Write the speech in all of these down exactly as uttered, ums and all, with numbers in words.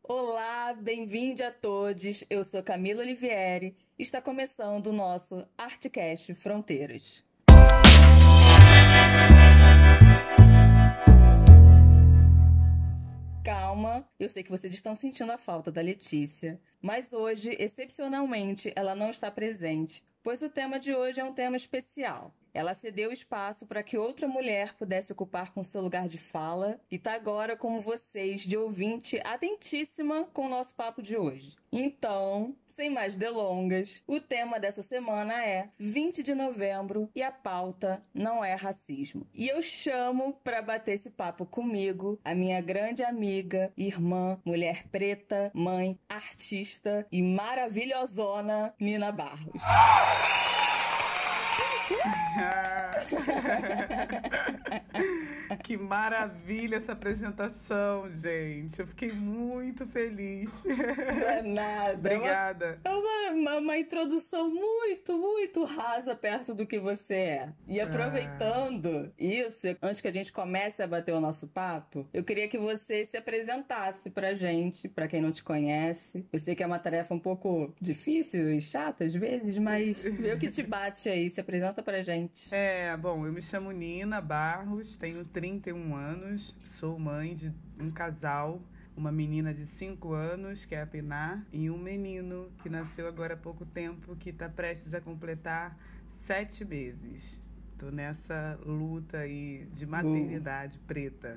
Olá, bem-vindo a todos. Eu sou Camila Olivieri e está começando o nosso Artcast Fronteiras. Calma, eu sei que vocês estão sentindo a falta da Letícia, mas hoje, excepcionalmente, ela não está presente, pois o tema de hoje é um tema especial. Ela cedeu espaço para que outra mulher pudesse ocupar com seu lugar de fala e está agora como vocês, de ouvinte atentíssima com o nosso papo de hoje. Então, sem mais delongas, o tema dessa semana é vinte de novembro e a pauta não é racismo. E eu chamo para bater esse papo comigo a minha grande amiga, irmã, mulher preta, mãe, artista e maravilhosona Nina Barros. Que maravilha essa apresentação, gente. Eu fiquei muito feliz. Não é nada. Obrigada. É uma, uma, uma introdução muito, muito rasa perto do que você é. E aproveitando ah. isso, antes que a gente comece a bater o nosso papo, eu queria que você se apresentasse pra gente, pra quem não te conhece. Eu sei que é uma tarefa um pouco difícil e chata às vezes, mas vê o que te bate aí, se apresenta pra gente. É, bom, eu me chamo Nina Barros, tenho trinta e um anos, sou mãe de um casal, uma menina de cinco anos, que é a Pinar, e um menino que nasceu agora há pouco tempo, que está prestes a completar sete meses. Tô nessa luta aí de maternidade uh. preta.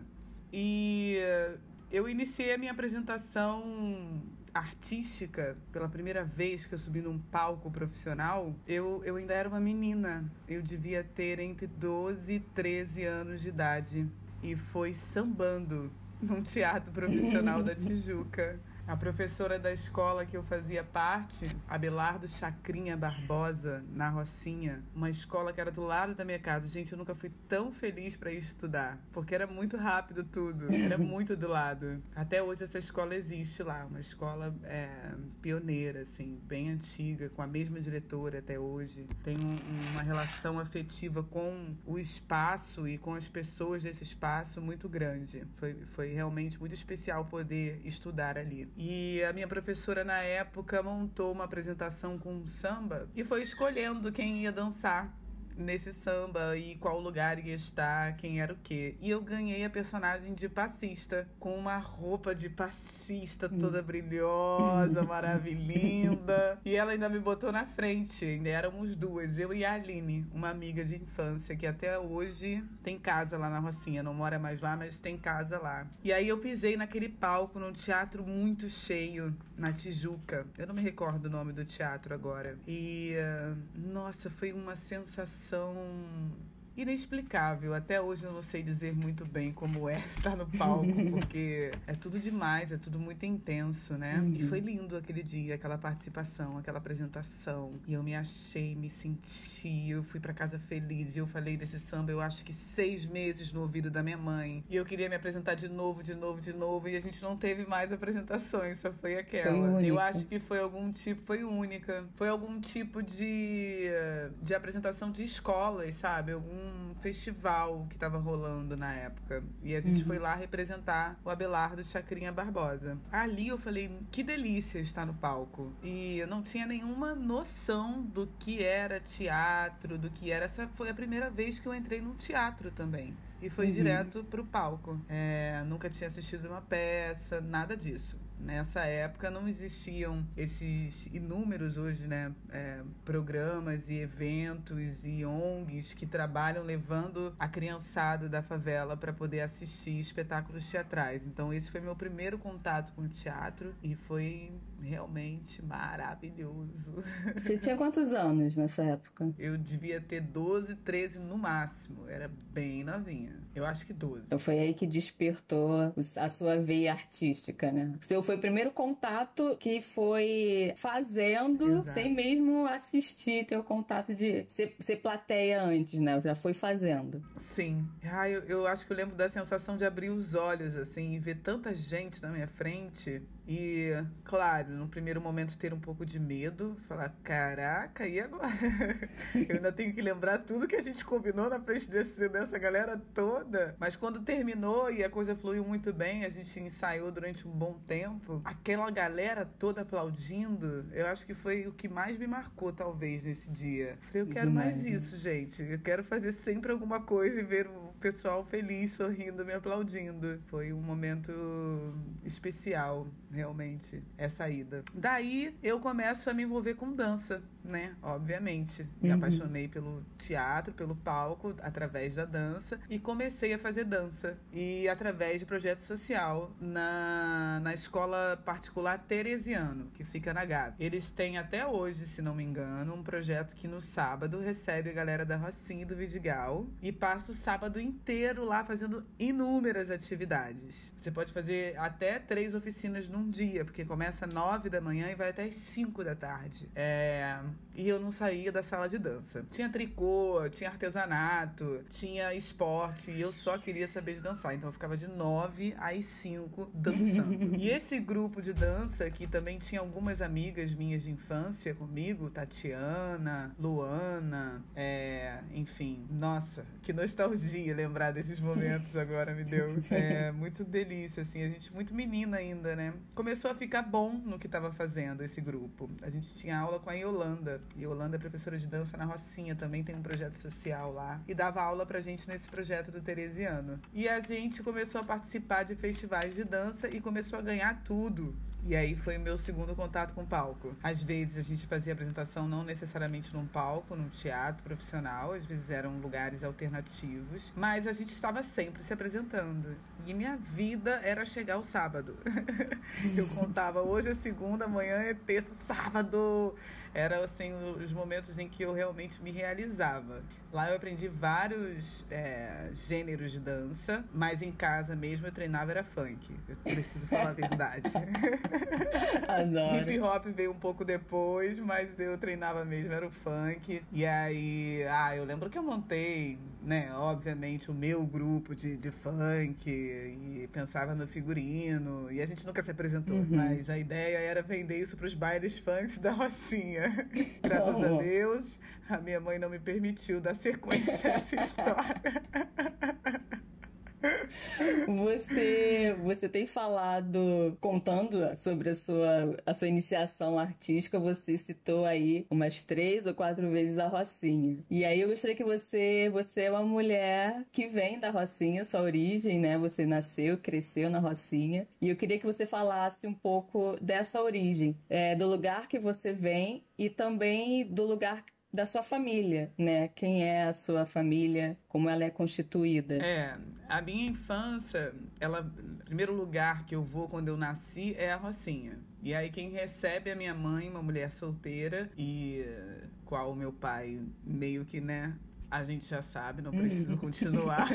E eu iniciei a minha apresentação artística pela primeira vez que eu subi num palco profissional. Eu, eu ainda era uma menina. Eu devia ter entre doze e treze anos de idade. E foi sambando num teatro profissional da Tijuca. A professora da escola que eu fazia parte, Abelardo Chacrinha Barbosa, na Rocinha, uma escola que era do lado da minha casa. Gente, eu nunca fui tão feliz para ir estudar, porque era muito rápido tudo, era muito do lado. Até hoje essa escola existe lá, uma escola é, pioneira, assim, bem antiga, com a mesma diretora até hoje. Tem um, uma relação afetiva com o espaço e com as pessoas desse espaço muito grande. Foi, foi realmente muito especial poder estudar ali. E a minha professora, na época, montou uma apresentação com samba e foi escolhendo quem ia dançar nesse samba e qual lugar ia estar, quem era o quê. E eu ganhei a personagem de passista, com uma roupa de passista toda brilhosa, maravilhosa. E ela ainda me botou na frente, ainda éramos duas, eu e a Aline, uma amiga de infância, que até hoje tem casa lá na Rocinha, não mora mais lá, mas tem casa lá. E aí eu pisei naquele palco, num teatro muito cheio, na Tijuca. Eu não me recordo o nome do teatro agora. E, uh, nossa, foi uma sensação inexplicável. Até hoje eu não sei dizer muito bem como é estar no palco, porque é tudo demais, é tudo muito intenso, né? Uhum. E foi lindo aquele dia, aquela participação, aquela apresentação. E eu me achei, me senti, eu fui pra casa feliz e eu falei desse samba, eu acho que seis meses no ouvido da minha mãe. E eu queria me apresentar de novo, de novo, de novo, e a gente não teve mais apresentações, só foi aquela. Foi eu acho que foi algum tipo, foi única, foi algum tipo de, de apresentação de escolas, sabe? Algum um festival que estava rolando na época. E a gente uhum. foi lá representar o Abelardo Chacrinha Barbosa. Ali eu falei, que delícia estar no palco. E eu não tinha nenhuma noção do que era teatro, do que era... Essa foi a primeira vez que eu entrei num teatro também. E foi uhum. direto pro palco. É, nunca tinha assistido uma peça, nada disso. Nessa época não existiam esses inúmeros hoje, né, é, programas e eventos e O N Gs que trabalham levando a criançada da favela para poder assistir espetáculos teatrais. Então esse foi meu primeiro contato com o teatro e foi realmente maravilhoso. Você tinha quantos anos nessa época? Eu devia ter doze, treze no máximo. Era bem novinha. Eu acho que doze. Então foi aí que despertou a sua veia artística, né? O seu foi o primeiro contato que foi fazendo, exato, sem mesmo assistir, ter o contato de ser, ser plateia antes, né? Você já foi fazendo. Sim. Ah, eu, eu acho que eu lembro da sensação de abrir os olhos, assim, e ver tanta gente na minha frente. E, claro, no primeiro momento ter um pouco de medo, falar, caraca, e agora? Eu ainda tenho que lembrar tudo que a gente combinou na frente desse, dessa galera toda. Mas quando terminou e a coisa fluiu muito bem, a gente ensaiou durante um bom tempo, tempo, aquela galera toda aplaudindo, eu acho que foi o que mais me marcou, talvez, nesse dia. Falei, eu quero Demais, mais né? isso, gente. Eu quero fazer sempre alguma coisa e ver o pessoal feliz, sorrindo, me aplaudindo. Foi um momento especial, realmente, essa ida. Daí, eu começo a me envolver com dança, né? Obviamente. Me Uhum. apaixonei pelo teatro, pelo palco, através da dança, e comecei a fazer dança. E através de projeto social na, na escola particular Teresiano, que fica na Gávea. Eles têm até hoje, se não me engano, um projeto que no sábado recebe a galera da Rocinha e do Vidigal e passa o sábado inteiro lá fazendo inúmeras atividades. Você pode fazer até três oficinas num dia, porque começa às nove da manhã e vai até às cinco da tarde. É... E eu não saía da sala de dança. Tinha tricô, tinha artesanato, tinha esporte, e eu só queria saber de dançar. Então eu ficava de nove às cinco dançando. E esse grupo de dança, que também tinha algumas amigas minhas de infância comigo, Tatiana, Luana, é... enfim, nossa, que nostalgia lembrar desses momentos agora me deu. É muito delícia, assim, a gente muito menina ainda, né? Começou a ficar bom no que estava fazendo esse grupo. A gente tinha aula com a Yolanda. Yolanda é professora de dança na Rocinha, também tem um projeto social lá. E dava aula pra gente nesse projeto do Teresiano. E a gente começou a participar de festivais de dança e começou a ganhar tudo. E aí foi o meu segundo contato com o palco. Às vezes a gente fazia apresentação não necessariamente num palco, num teatro profissional, às vezes eram lugares alternativos, mas a gente estava sempre se apresentando. E minha vida era chegar ao sábado. Eu contava, hoje é segunda, amanhã é terça, sábado. Eram assim, os momentos em que eu realmente me realizava. Lá eu aprendi vários é, gêneros de dança, mas em casa mesmo eu treinava era funk. Eu preciso falar a verdade. Adoro. Hip hop veio um pouco depois, mas eu treinava mesmo, era o funk. E aí, ah, eu lembro que eu montei, né, obviamente, o meu grupo de, de funk e pensava no figurino. E a gente nunca se apresentou, Uhum. mas a ideia era vender isso para os bailes funks da Rocinha. Graças Oh. a Deus, a minha mãe não me permitiu dar sequência a essa história. Você, você tem falado, contando sobre a sua, a sua iniciação artística, você citou aí umas três ou quatro vezes a Rocinha. E aí eu gostaria que você, você é uma mulher que vem da Rocinha, sua origem, né? Você nasceu, cresceu na Rocinha. E eu queria que você falasse um pouco dessa origem, é, do lugar que você vem e também do lugar da sua família, né? Quem é a sua família, como ela é constituída. É, a minha infância, ela, o primeiro lugar que eu vou quando eu nasci é a Rocinha. E aí quem recebe é a minha mãe, uma mulher solteira, e qual o meu pai meio que, né, a gente já sabe, não preciso continuar.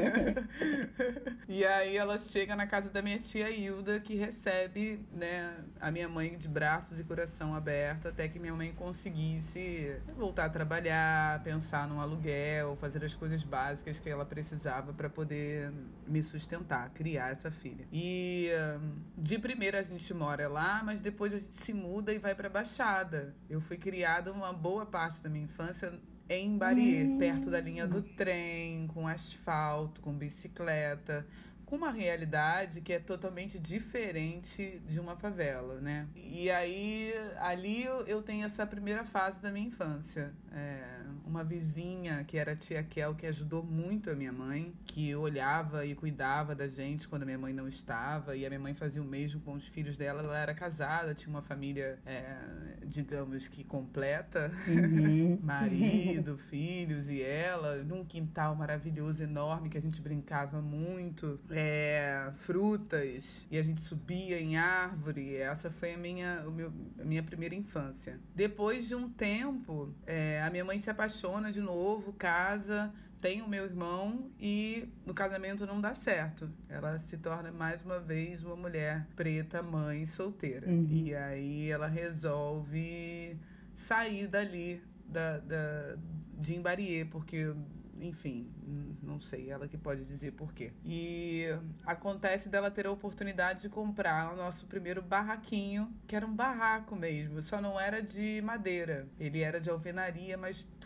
E aí ela chega na casa da minha tia Hilda, que recebe, né, a minha mãe de braços e coração aberto, até que minha mãe conseguisse voltar a trabalhar, pensar num aluguel, fazer as coisas básicas que ela precisava para poder me sustentar, criar essa filha. E de primeira a gente mora lá, mas depois a gente se muda e vai para Baixada. Eu fui criada uma boa parte da minha infância em Bariê, hum. perto da linha do trem, com asfalto, com bicicleta, com uma realidade que é totalmente diferente de uma favela, né? E aí, ali eu, eu tenho essa primeira fase da minha infância. É, uma vizinha, que era a tia Kel, que ajudou muito a minha mãe, que olhava e cuidava da gente quando a minha mãe não estava, e a minha mãe fazia o mesmo com os filhos dela. Ela era casada, tinha uma família, é, digamos que completa, uhum. marido, filhos e ela, num quintal maravilhoso, enorme, que a gente brincava muito. É, frutas, e a gente subia em árvore. Essa foi a minha, o meu, a minha primeira infância. Depois de um tempo, é, a minha mãe se apaixona de novo, casa, tem o meu irmão e no casamento não dá certo. Ela se torna mais uma vez uma mulher preta, mãe, solteira. Uhum. E aí ela resolve sair dali da, da, de Imbariê, porque... enfim, não sei, ela que pode dizer por quê. E acontece dela ter a oportunidade de comprar o nosso primeiro barraquinho, que era um barraco mesmo, só não era de madeira. Ele era de alvenaria, mas tudo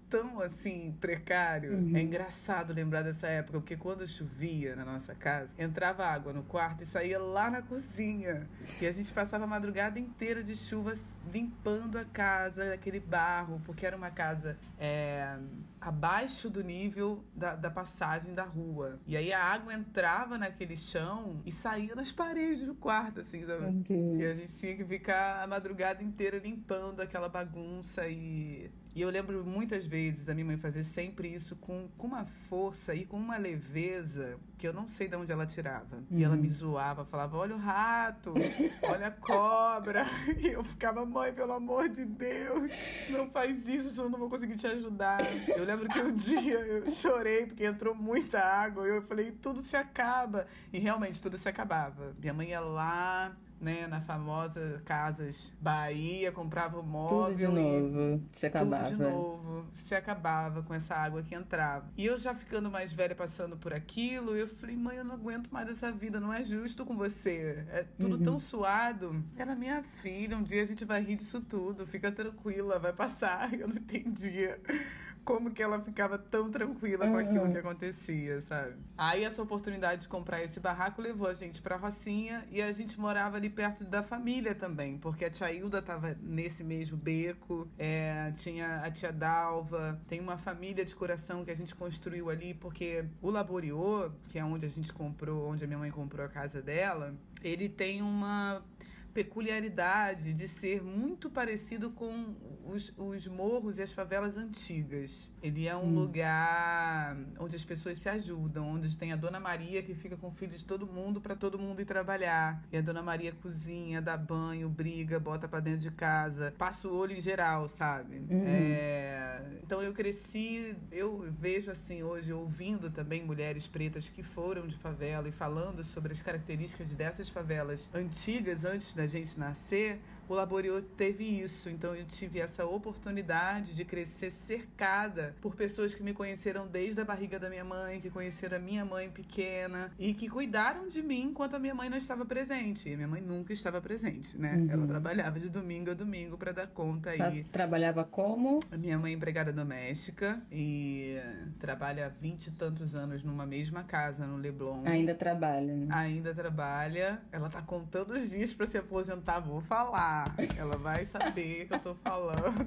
tão, assim, precário. Uhum. É engraçado lembrar dessa época, porque quando chovia na nossa casa, entrava água no quarto e saía lá na cozinha. E a gente passava a madrugada inteira de chuvas limpando a casa, aquele barro, porque era uma casa é, abaixo do nível da, da passagem da rua. E aí a água entrava naquele chão e saía nas paredes do quarto, assim, sabe? Okay. E a gente tinha que ficar a madrugada inteira limpando aquela bagunça e... E eu lembro muitas vezes da minha mãe fazer sempre isso com, com uma força e com uma leveza que eu não sei de onde ela tirava. Uhum. E ela me zoava, falava, olha o rato, olha a cobra. E eu ficava, mãe, pelo amor de Deus, não faz isso, senão eu não vou conseguir te ajudar. Eu lembro que um dia eu chorei porque entrou muita água e eu falei, tudo se acaba. E realmente tudo se acabava. Minha mãe ia lá... né, na famosa Casas Bahia, comprava o móvel. Tudo de novo, se acabava. Tudo de novo, se acabava com essa água que entrava. E eu já ficando mais velha, passando por aquilo, eu falei, mãe, eu não aguento mais essa vida, não é justo com você. É tudo uhum. tão suado. Ela, minha filha, um dia a gente vai rir disso tudo, fica tranquila, vai passar. Eu não entendia como que ela ficava tão tranquila com aquilo uhum. que acontecia, sabe? Aí essa oportunidade de comprar esse barraco levou a gente pra Rocinha e a gente morava ali perto da família também, porque a tia Hilda tava nesse mesmo beco, é, tinha a tia Dalva, tem uma família de coração que a gente construiu ali, porque o Laboriô, que é onde a gente comprou, onde a minha mãe comprou a casa dela, ele tem uma peculiaridade de ser muito parecido com os, os morros e as favelas antigas. Ele é um hum. lugar onde as pessoas se ajudam, onde tem a Dona Maria que fica com o filho de todo mundo para todo mundo ir trabalhar. E a Dona Maria cozinha, dá banho, briga, bota para dentro de casa, passa o olho em geral, sabe? Uhum. É... Então eu cresci, eu vejo assim hoje, ouvindo também mulheres pretas que foram de favela e falando sobre as características dessas favelas antigas, antes da gente nascer, o Laboriô teve isso. Então eu tive essa oportunidade de crescer cercada por pessoas que me conheceram desde a barriga da minha mãe, que conheceram a minha mãe pequena e que cuidaram de mim enquanto a minha mãe não estava presente. E a minha mãe nunca estava presente, né? Uhum. Ela trabalhava de domingo a domingo para dar conta aí. Ela trabalhava como? A minha mãe é empregada doméstica e trabalha há vinte e tantos anos numa mesma casa, no Leblon. Ainda trabalha, né? Ainda trabalha. Ela tá contando os dias para se aposentar, vou falar. Ela vai saber que eu tô falando.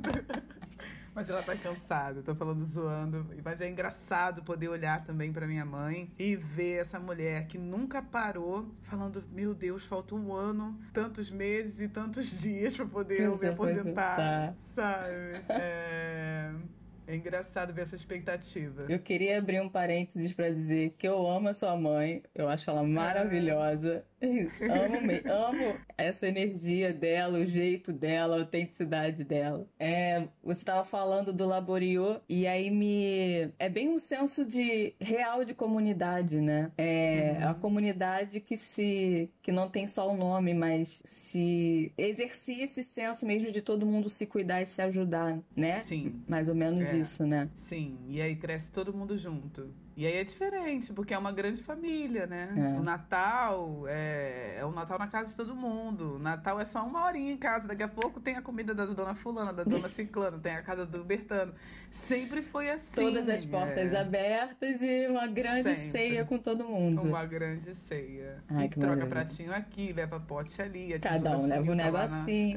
Mas ela tá cansada, eu tô falando zoando. Mas é engraçado poder olhar também pra minha mãe e ver essa mulher que nunca parou, falando, meu Deus, falta um ano, tantos meses e tantos dias pra poder eu me aposentar, sabe? É... É engraçado ver essa expectativa. Eu queria abrir um parênteses pra dizer que eu amo a sua mãe, eu acho ela maravilhosa. amo, amo essa energia dela, o jeito dela, a autenticidade dela. É, você estava falando do Laboriô e aí me... É bem um senso de real de comunidade, né? É uhum. a comunidade que se... que não tem só o nome, mas se exercia esse senso mesmo de todo mundo se cuidar e se ajudar, né? Sim. Mais ou menos é. isso, né? Sim, e aí cresce todo mundo junto. E aí é diferente, porque é uma grande família, né? É. O Natal é, é o Natal na casa de todo mundo. O Natal é só uma horinha em casa. Daqui a pouco tem a comida da dona fulana, da dona ciclana, tem a casa do Bertano. Sempre foi assim. Todas as portas é. abertas e uma grande Sempre. ceia com todo mundo. Uma grande ceia. Ai, e troca maravilha. pratinho aqui, leva pote ali. Cada um leva um negocinho.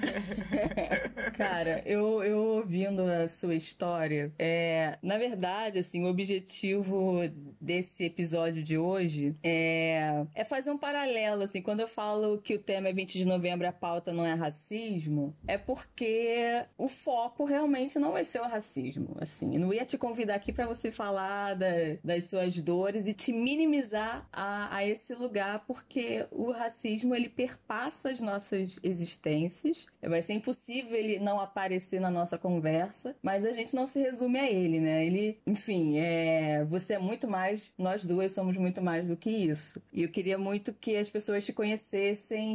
Na... Cara, eu, eu ouvindo a sua história, é, na verdade, assim, o objetivo desse episódio de hoje é, é fazer um paralelo, assim, quando eu falo que o tema é vinte de novembro, a pauta não é racismo, é porque o foco realmente não vai ser o racismo, assim, eu não ia te convidar aqui para você falar da, das suas dores e te minimizar a, a esse lugar, porque o racismo, ele perpassa as nossas existências, vai ser impossível ele não aparecer na nossa conversa, mas a gente não se resume a ele, né, ele, enfim, é você é muito mais, nós duas somos muito mais do que isso. E eu queria muito que as pessoas te conhecessem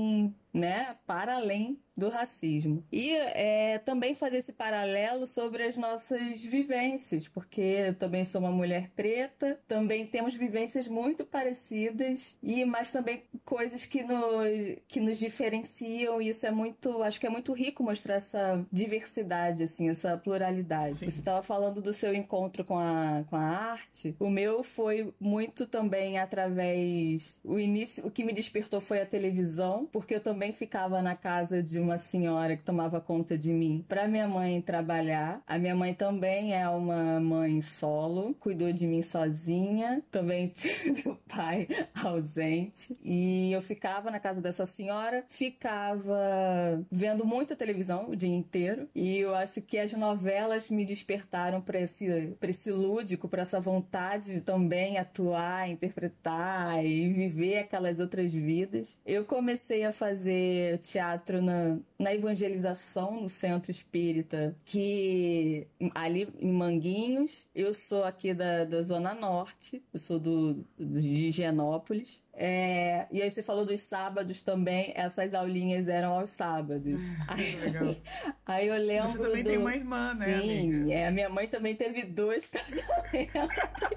né, para além do racismo. E é, também fazer esse paralelo sobre as nossas vivências, porque eu também sou uma mulher preta, também temos vivências muito parecidas, e mas também coisas que nos, que nos diferenciam, e isso é muito, acho que é muito rico mostrar essa diversidade, assim, essa pluralidade. Sim. Você estava falando do seu encontro com a, com a arte, o meu foi muito também através, o início, o que me despertou foi a televisão, porque eu também ficava na casa de uma uma senhora que tomava conta de mim para minha mãe trabalhar. A minha mãe também é uma mãe solo, cuidou de mim sozinha, também tive o pai ausente. E eu ficava na casa dessa senhora, ficava vendo muita televisão o dia inteiro. E eu acho que as novelas me despertaram para esse, para esse lúdico, para essa vontade de também atuar, interpretar e viver aquelas outras vidas. Eu comecei a fazer teatro na na evangelização no Centro Espírita, que ali em Manguinhos, eu sou aqui da, da Zona Norte, eu sou do, do de Higienópolis. É, e aí você falou dos sábados também, essas aulinhas eram aos sábados. Aí, legal. Aí eu lembro. Você também do... tem uma irmã, né? Sim, amiga? É, a minha mãe também teve dois casamentos.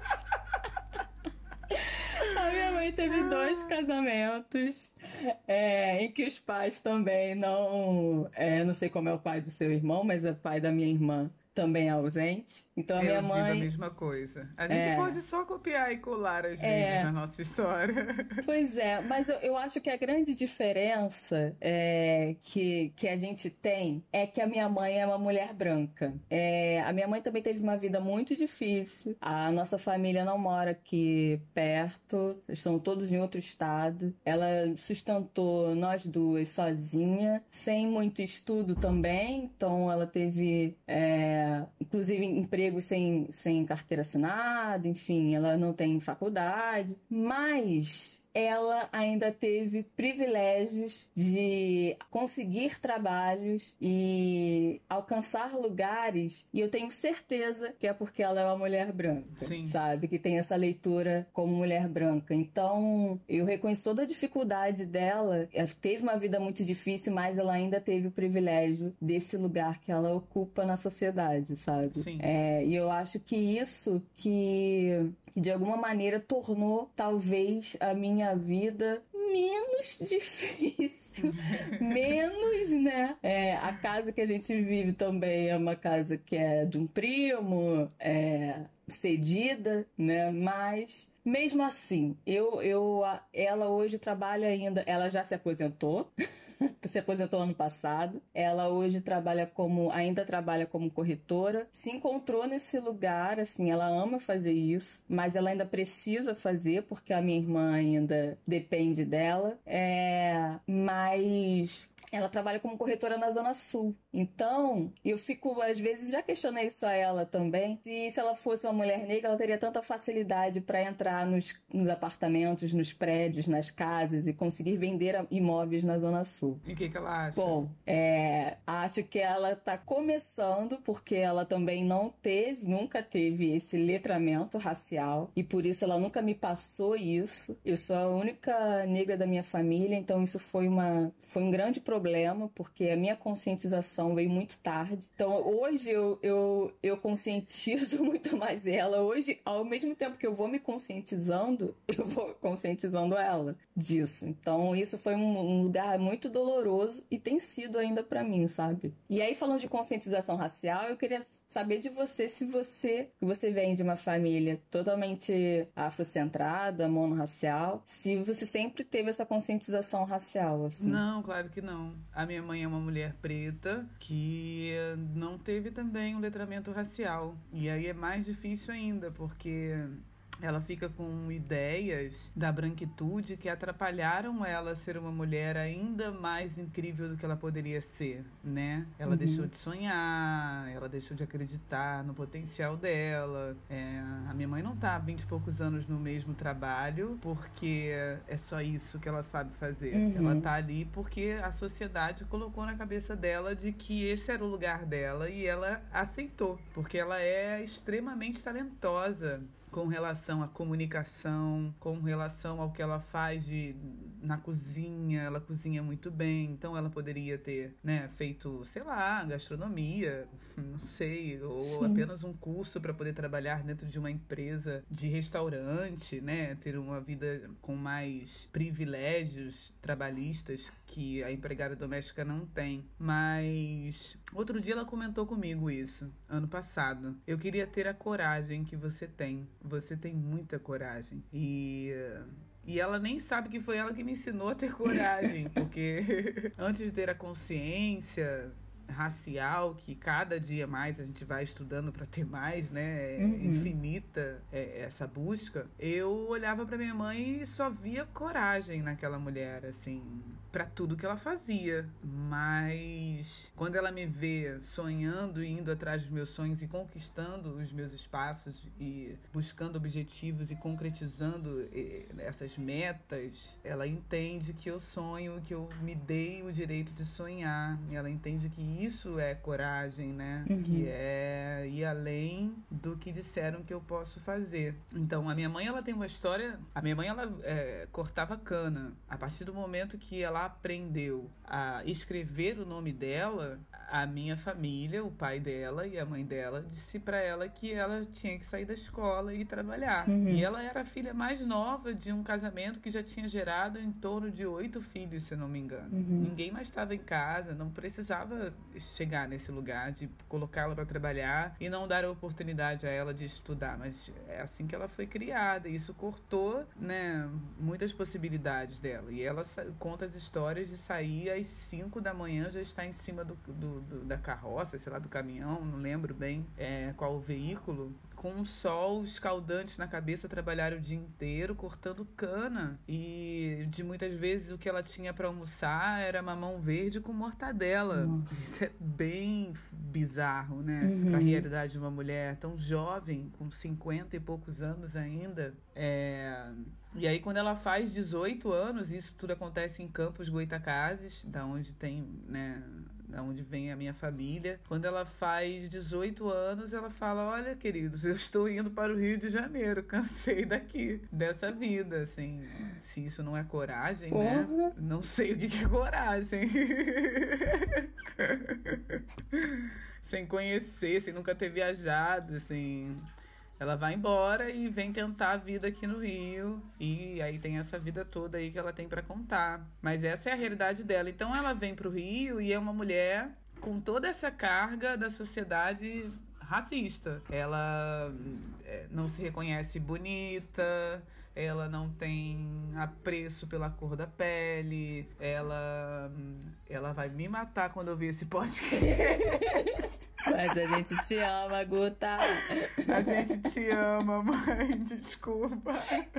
A minha mãe teve ah. dois casamentos é, em que os pais também não... É, não sei como é o pai do seu irmão, mas o pai da minha irmã também é ausente. Então a eu minha digo mãe... a mesma coisa. A gente é, pode só copiar e colar as é, vezes na nossa história. Pois é, mas eu, eu acho que a grande diferença é, que, que a gente tem é que a minha mãe é uma mulher branca. É, a minha mãe também teve uma vida muito difícil. A nossa família não mora aqui perto, estão todos em outro estado. Ela sustentou nós duas sozinha, sem muito estudo também. Então ela teve... É, inclusive empregos sem, sem carteira assinada, enfim, ela não tem faculdade, mas ela ainda teve privilégios de conseguir trabalhos e alcançar lugares, e eu tenho certeza que é porque ela é uma mulher branca, Sim. sabe? Que tem essa leitura como mulher branca. Então, eu reconheço toda a dificuldade dela. Ela teve uma vida muito difícil, mas ela ainda teve o privilégio desse lugar que ela ocupa na sociedade, sabe? Sim. É, e eu acho que isso que... que de alguma maneira tornou talvez a minha vida menos difícil, menos, né? É, a casa que a gente vive também é uma casa que é de um primo, é cedida, né? Mas mesmo assim, eu, eu, ela hoje trabalha ainda, ela já se aposentou. Se aposentou ano passado. Ela hoje trabalha como, ainda trabalha como corretora. Se encontrou nesse lugar, assim, ela ama fazer isso, mas ela ainda precisa fazer porque a minha irmã ainda depende dela. É, mas ela trabalha como corretora na Zona Sul. Então, eu fico, às vezes, já questionei isso a ela também. Se, se ela fosse uma mulher negra, ela teria tanta facilidade para entrar nos, nos apartamentos, nos prédios, nas casas e conseguir vender imóveis na Zona Sul. E o que, que ela acha? Bom, é, acho que ela está começando, porque ela também não teve, nunca teve esse letramento racial, e por isso ela nunca me passou isso. Eu sou a única negra da minha família, então isso foi, uma, foi um grande problema, porque a minha conscientização veio muito tarde. Então hoje eu, eu, eu conscientizo muito mais ela. Hoje, ao mesmo tempo que eu vou me conscientizando, eu vou conscientizando ela disso. Então isso foi um, um lugar muito doloroso e tem sido ainda pra mim, sabe? E aí, falando de conscientização racial, eu queria saber de você se você, que você vem de uma família totalmente afrocentrada, monorracial, se você sempre teve essa conscientização racial, assim. Não, claro que não. A minha mãe é uma mulher preta que não teve também um letramento racial. E aí é mais difícil ainda, porque ela fica com ideias da branquitude que atrapalharam ela a ser uma mulher ainda mais incrível do que ela poderia ser, né? Ela uhum. deixou de sonhar, ela deixou de acreditar no potencial dela. É, a minha mãe não tá há vinte e poucos anos no mesmo trabalho porque é só isso que ela sabe fazer. Uhum. Ela tá ali porque a sociedade colocou na cabeça dela de que esse era o lugar dela e ela aceitou, porque ela é extremamente talentosa. com relação à comunicação, com relação ao que ela faz de, na cozinha. Ela cozinha muito bem, então ela poderia ter, né, feito, sei lá, gastronomia, não sei, ou Sim. apenas um curso para poder trabalhar dentro de uma empresa de restaurante, né, ter uma vida com mais privilégios trabalhistas que a empregada doméstica não tem. Mas outro dia ela comentou comigo isso, ano passado. Eu queria ter a coragem que você tem. Você tem muita coragem. E... E ela nem sabe que foi ela que me ensinou a ter coragem, porque antes de ter a consciência racial, que cada dia mais a gente vai estudando para ter mais, né? É uhum. infinita é, essa busca. Eu olhava para minha mãe e só via coragem naquela mulher, assim, para tudo que ela fazia. Mas quando ela me vê sonhando e indo atrás dos meus sonhos e conquistando os meus espaços e buscando objetivos e concretizando essas metas, ela entende que eu sonho, que eu me dei o direito de sonhar. Ela entende que isso é coragem, né? Uhum. Que é ir além do que disseram que eu posso fazer. Então, a minha mãe, ela tem uma história... A minha mãe, ela é, cortava cana. A partir do momento que ela aprendeu a escrever o nome dela, a minha família, o pai dela e a mãe dela, disse pra ela que ela tinha que sair da escola e ir trabalhar. Uhum. E ela era a filha mais nova de um casamento que já tinha gerado em torno de oito filhos, se não me engano. Uhum. Ninguém mais estava em casa, não precisava chegar nesse lugar de colocá-la para trabalhar e não dar a oportunidade a ela de estudar, mas é assim que ela foi criada, e isso cortou, né, muitas possibilidades dela. E ela conta as histórias de sair às cinco da manhã, já está em cima do, do, do, da carroça, sei lá, do caminhão, não lembro bem é, qual o veículo, com um sol escaldante na cabeça, trabalhar o dia inteiro cortando cana. E de muitas vezes o que ela tinha para almoçar era mamão verde com mortadela. Nossa. Isso é bem bizarro, né? Uhum. Para a realidade de uma mulher tão jovem, com cinquenta e poucos anos ainda. É... E aí, quando ela faz dezoito anos, isso tudo acontece em Campos Goytacazes, da onde tem, né, da onde vem a minha família. Quando ela faz dezoito anos, ela fala: olha, queridos, eu estou indo para o Rio de Janeiro, cansei daqui, dessa vida, assim. Se isso não é coragem, Porra. né? Não sei o que é coragem. Sem conhecer, sem nunca ter viajado, assim... Ela vai embora e vem tentar a vida aqui no Rio. E aí tem essa vida toda aí que ela tem pra contar. Mas essa é a realidade dela. Então ela vem pro Rio e é uma mulher com toda essa carga da sociedade racista. Ela é, não se reconhece bonita, ela não tem apreço pela cor da pele, ela, ela vai me matar quando eu ver esse podcast. Mas a gente te ama, Guta. A gente te ama, mãe, desculpa.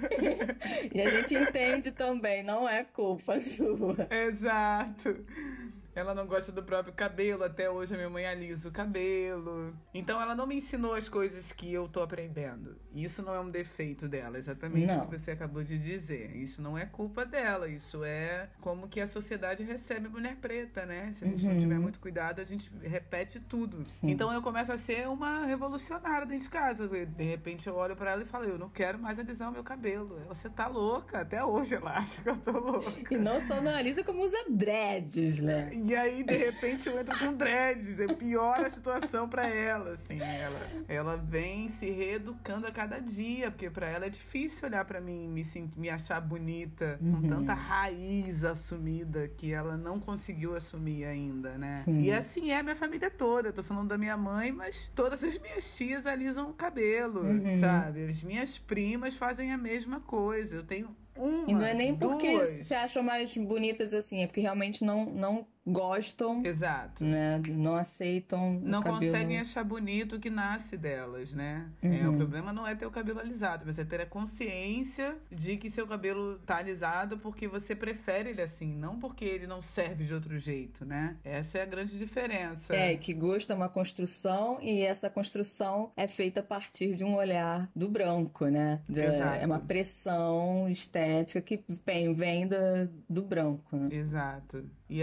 E a gente entende também, não é culpa sua. Exato. Ela não gosta do próprio cabelo, até hoje a minha mãe alisa o cabelo. Então ela não me ensinou as coisas que eu tô aprendendo. Isso não é um defeito dela, exatamente não. O que você acabou de dizer. Isso não é culpa dela, isso é como que a sociedade recebe mulher preta, né? Se a gente uhum. não tiver muito cuidado, a gente repete tudo. Sim. Então eu começo a ser uma revolucionária dentro de casa. De repente eu olho pra ela e falo: eu não quero mais alisar o meu cabelo. Você tá louca? Até hoje ela acha que eu tô louca. E não só não alisa, como usa dreads, né? E aí, de repente, eu entro com dreads. É pior a situação pra ela, assim. Ela, ela vem se reeducando a cada dia, porque pra ela é difícil olhar pra mim e me, me achar bonita, uhum. com tanta raiz assumida que ela não conseguiu assumir ainda, né? Sim. E assim é a minha família toda. Eu tô falando da minha mãe, mas todas as minhas tias alisam o cabelo, uhum. sabe? As minhas primas fazem a mesma coisa. Eu tenho uma, e não é nem porque duas. se acham mais bonitas assim, é porque realmente não, não gostam. Exato. Né? Não aceitam Não o cabelo. conseguem achar bonito o que nasce delas, né? Uhum. É, o problema não é ter o cabelo alisado, você ter a consciência de que seu cabelo tá alisado porque você prefere ele assim, não porque ele não serve de outro jeito, né? Essa é a grande diferença. É, que gosto é uma construção e essa construção é feita a partir de um olhar do branco, né? De, Exato. É uma pressão estética que vem, vem do, do branco, né? Exato. E aí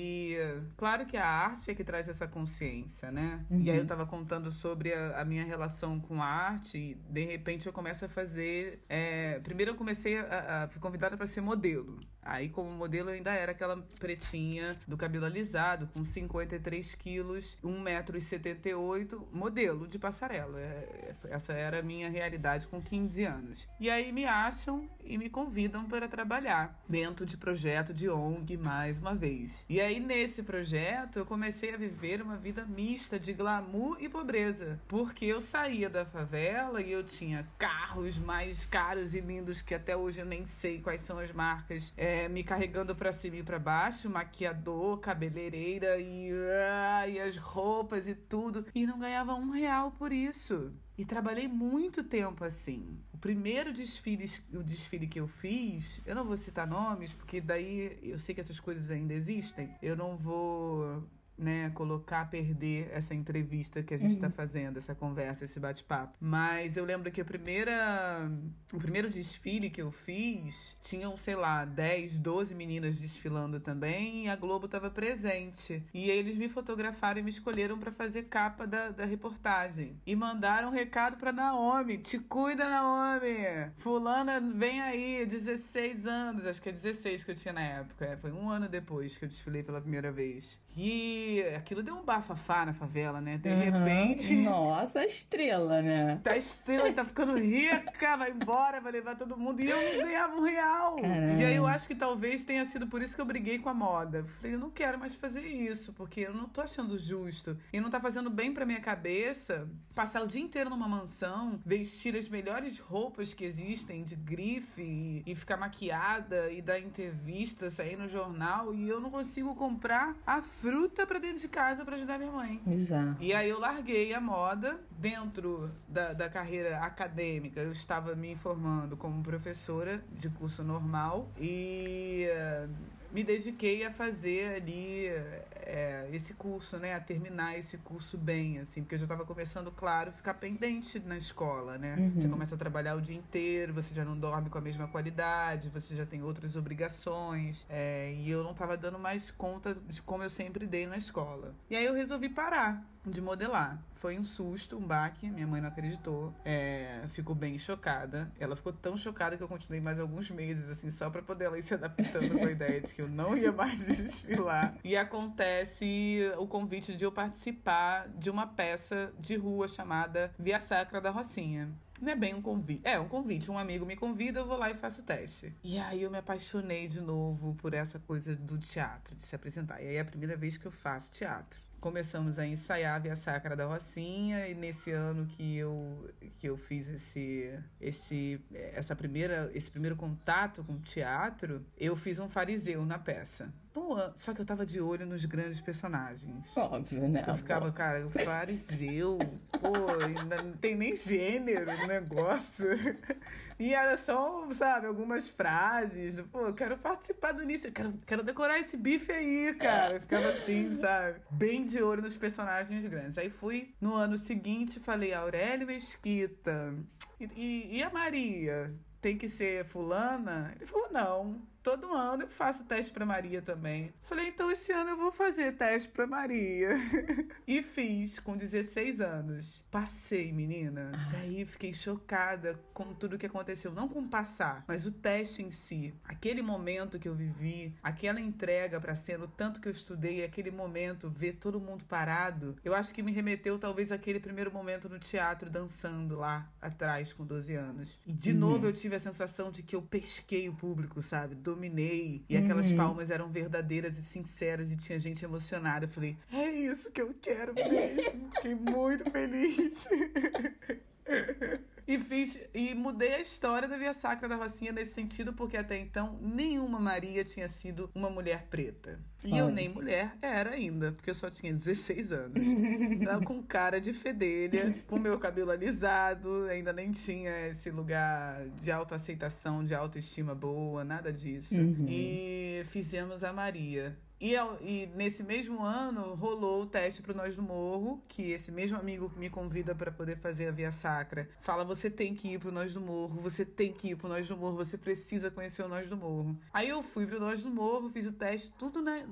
E claro que a arte é que traz essa consciência, né? Uhum. E aí eu tava contando sobre a, a minha relação com a arte e de repente eu começo a fazer... É, primeiro eu comecei a, a fui convidada para ser modelo. Aí como modelo eu ainda era aquela pretinha do cabelo alisado, com cinquenta e três quilos, um metro e setenta e oito, modelo de passarela. Essa era a minha realidade com quinze anos. E aí me acham e me convidam para trabalhar dentro de projeto de O N G mais uma vez. E aí nesse projeto eu comecei a viver uma vida mista de glamour e pobreza, porque eu saía da favela e eu tinha carros mais caros e lindos que até hoje eu nem sei quais são as marcas, é, me carregando pra cima e pra baixo, maquiador, cabeleireira e, uh, e as roupas e tudo, e não ganhava um real por isso. E trabalhei muito tempo assim. O primeiro desfile, o desfile que eu fiz, eu não vou citar nomes, porque daí eu sei que essas coisas ainda existem. Eu não vou, né, colocar, perder essa entrevista que a gente está uhum. fazendo, essa conversa, esse bate-papo. Mas eu lembro que a primeira, o primeiro desfile que eu fiz, tinham, sei lá, dez, doze meninas desfilando também, e a Globo estava presente. E eles me fotografaram e me escolheram para fazer capa da, da reportagem. E mandaram um recado para Naomi: te cuida, Naomi! Fulana, vem aí, dezesseis anos, acho que é dezesseis que eu tinha na época. É, foi um ano depois que eu desfilei pela primeira vez. E aquilo deu um bafafá na favela, né? De uhum. repente... Nossa, estrela, né? Tá estrela, tá ficando rica, vai embora, vai levar todo mundo. E eu não ganhava um real. Caramba. E aí eu acho que talvez tenha sido por isso que eu briguei com a moda. Falei, eu não quero mais fazer isso, porque eu não tô achando justo. E não tá fazendo bem pra minha cabeça passar o dia inteiro numa mansão, vestir as melhores roupas que existem, de grife, e, e ficar maquiada, e dar entrevista, sair no jornal, e eu não consigo comprar a fruta pra dentro de casa pra ajudar minha mãe. Exato. E aí eu larguei a moda. Dentro da, da carreira acadêmica, eu estava me formando como professora de curso normal e uh, me dediquei a fazer ali é, esse curso, né? A terminar esse curso bem, assim, porque eu já estava começando, claro, ficar pendente na escola, né? Uhum. Você começa a trabalhar o dia inteiro, você já não dorme com a mesma qualidade, você já tem outras obrigações, é, e eu não estava dando mais conta de como eu sempre dei na escola. E aí eu resolvi parar de modelar. Foi um susto, um baque, minha mãe não acreditou, é, ficou bem chocada. Ela ficou tão chocada que eu continuei mais alguns meses, assim, só pra poder ela ir se adaptando com a ideia de que eu não ia mais desfilar. E acontece o convite de eu participar de uma peça de rua chamada Via Sacra da Rocinha. Não é bem um convite. É, um convite. Um amigo me convida, eu vou lá e faço o teste. E aí eu me apaixonei de novo por essa coisa do teatro, de se apresentar. E aí é a primeira vez que eu faço teatro. Começamos a ensaiar a Via Sacra da Rocinha, e nesse ano que eu, que eu fiz esse, esse, essa primeira, esse primeiro contato com o teatro, eu fiz um fariseu na peça. Só que eu tava de olho nos grandes personagens. Óbvio, né? Eu ficava, cara, o fariseu, pô, ainda não tem nem gênero no negócio. E era só, sabe, algumas frases. Pô, eu quero participar do início, eu quero, quero decorar esse bife aí, cara. Eu ficava assim, sabe? Bem de olho nos personagens grandes. Aí fui no ano seguinte, falei, Aurélio Mesquita. E, e, e a Maria? Tem que ser fulana? Ele falou, não. Todo ano eu faço teste pra Maria também. Falei, então esse ano eu vou fazer teste pra Maria. E fiz com dezesseis anos. Passei, menina. E aí fiquei chocada com tudo que aconteceu. Não com passar, mas o teste em si. Aquele momento que eu vivi, aquela entrega pra cena, o tanto que eu estudei, aquele momento, ver todo mundo parado, eu acho que me remeteu talvez àquele primeiro momento no teatro, dançando lá atrás com doze anos. E de uhum. novo eu tive a sensação de que eu pesquei o público, sabe? Dominei, e aquelas uhum. palmas eram verdadeiras e sinceras e tinha gente emocionada. Eu falei, é isso que eu quero mesmo. Fiquei muito feliz. E fiz, e mudei a história da Via Sacra da Rocinha nesse sentido, porque até então nenhuma Maria tinha sido uma mulher preta. E Olha. eu nem mulher era ainda, porque eu só tinha dezesseis anos. Tava com cara de fedelha, com meu cabelo alisado, ainda nem tinha esse lugar de autoaceitação, de autoestima boa, nada disso. Uhum. E fizemos a Maria. E, e nesse mesmo ano rolou o teste pro Nós do Morro, que esse mesmo amigo que me convida para poder fazer a Via Sacra fala, você tem que ir pro Nós do Morro, você tem que ir pro Nós do Morro, você precisa conhecer o Nós do Morro. Aí eu fui pro Nós do Morro, fiz o teste, tudo na, na,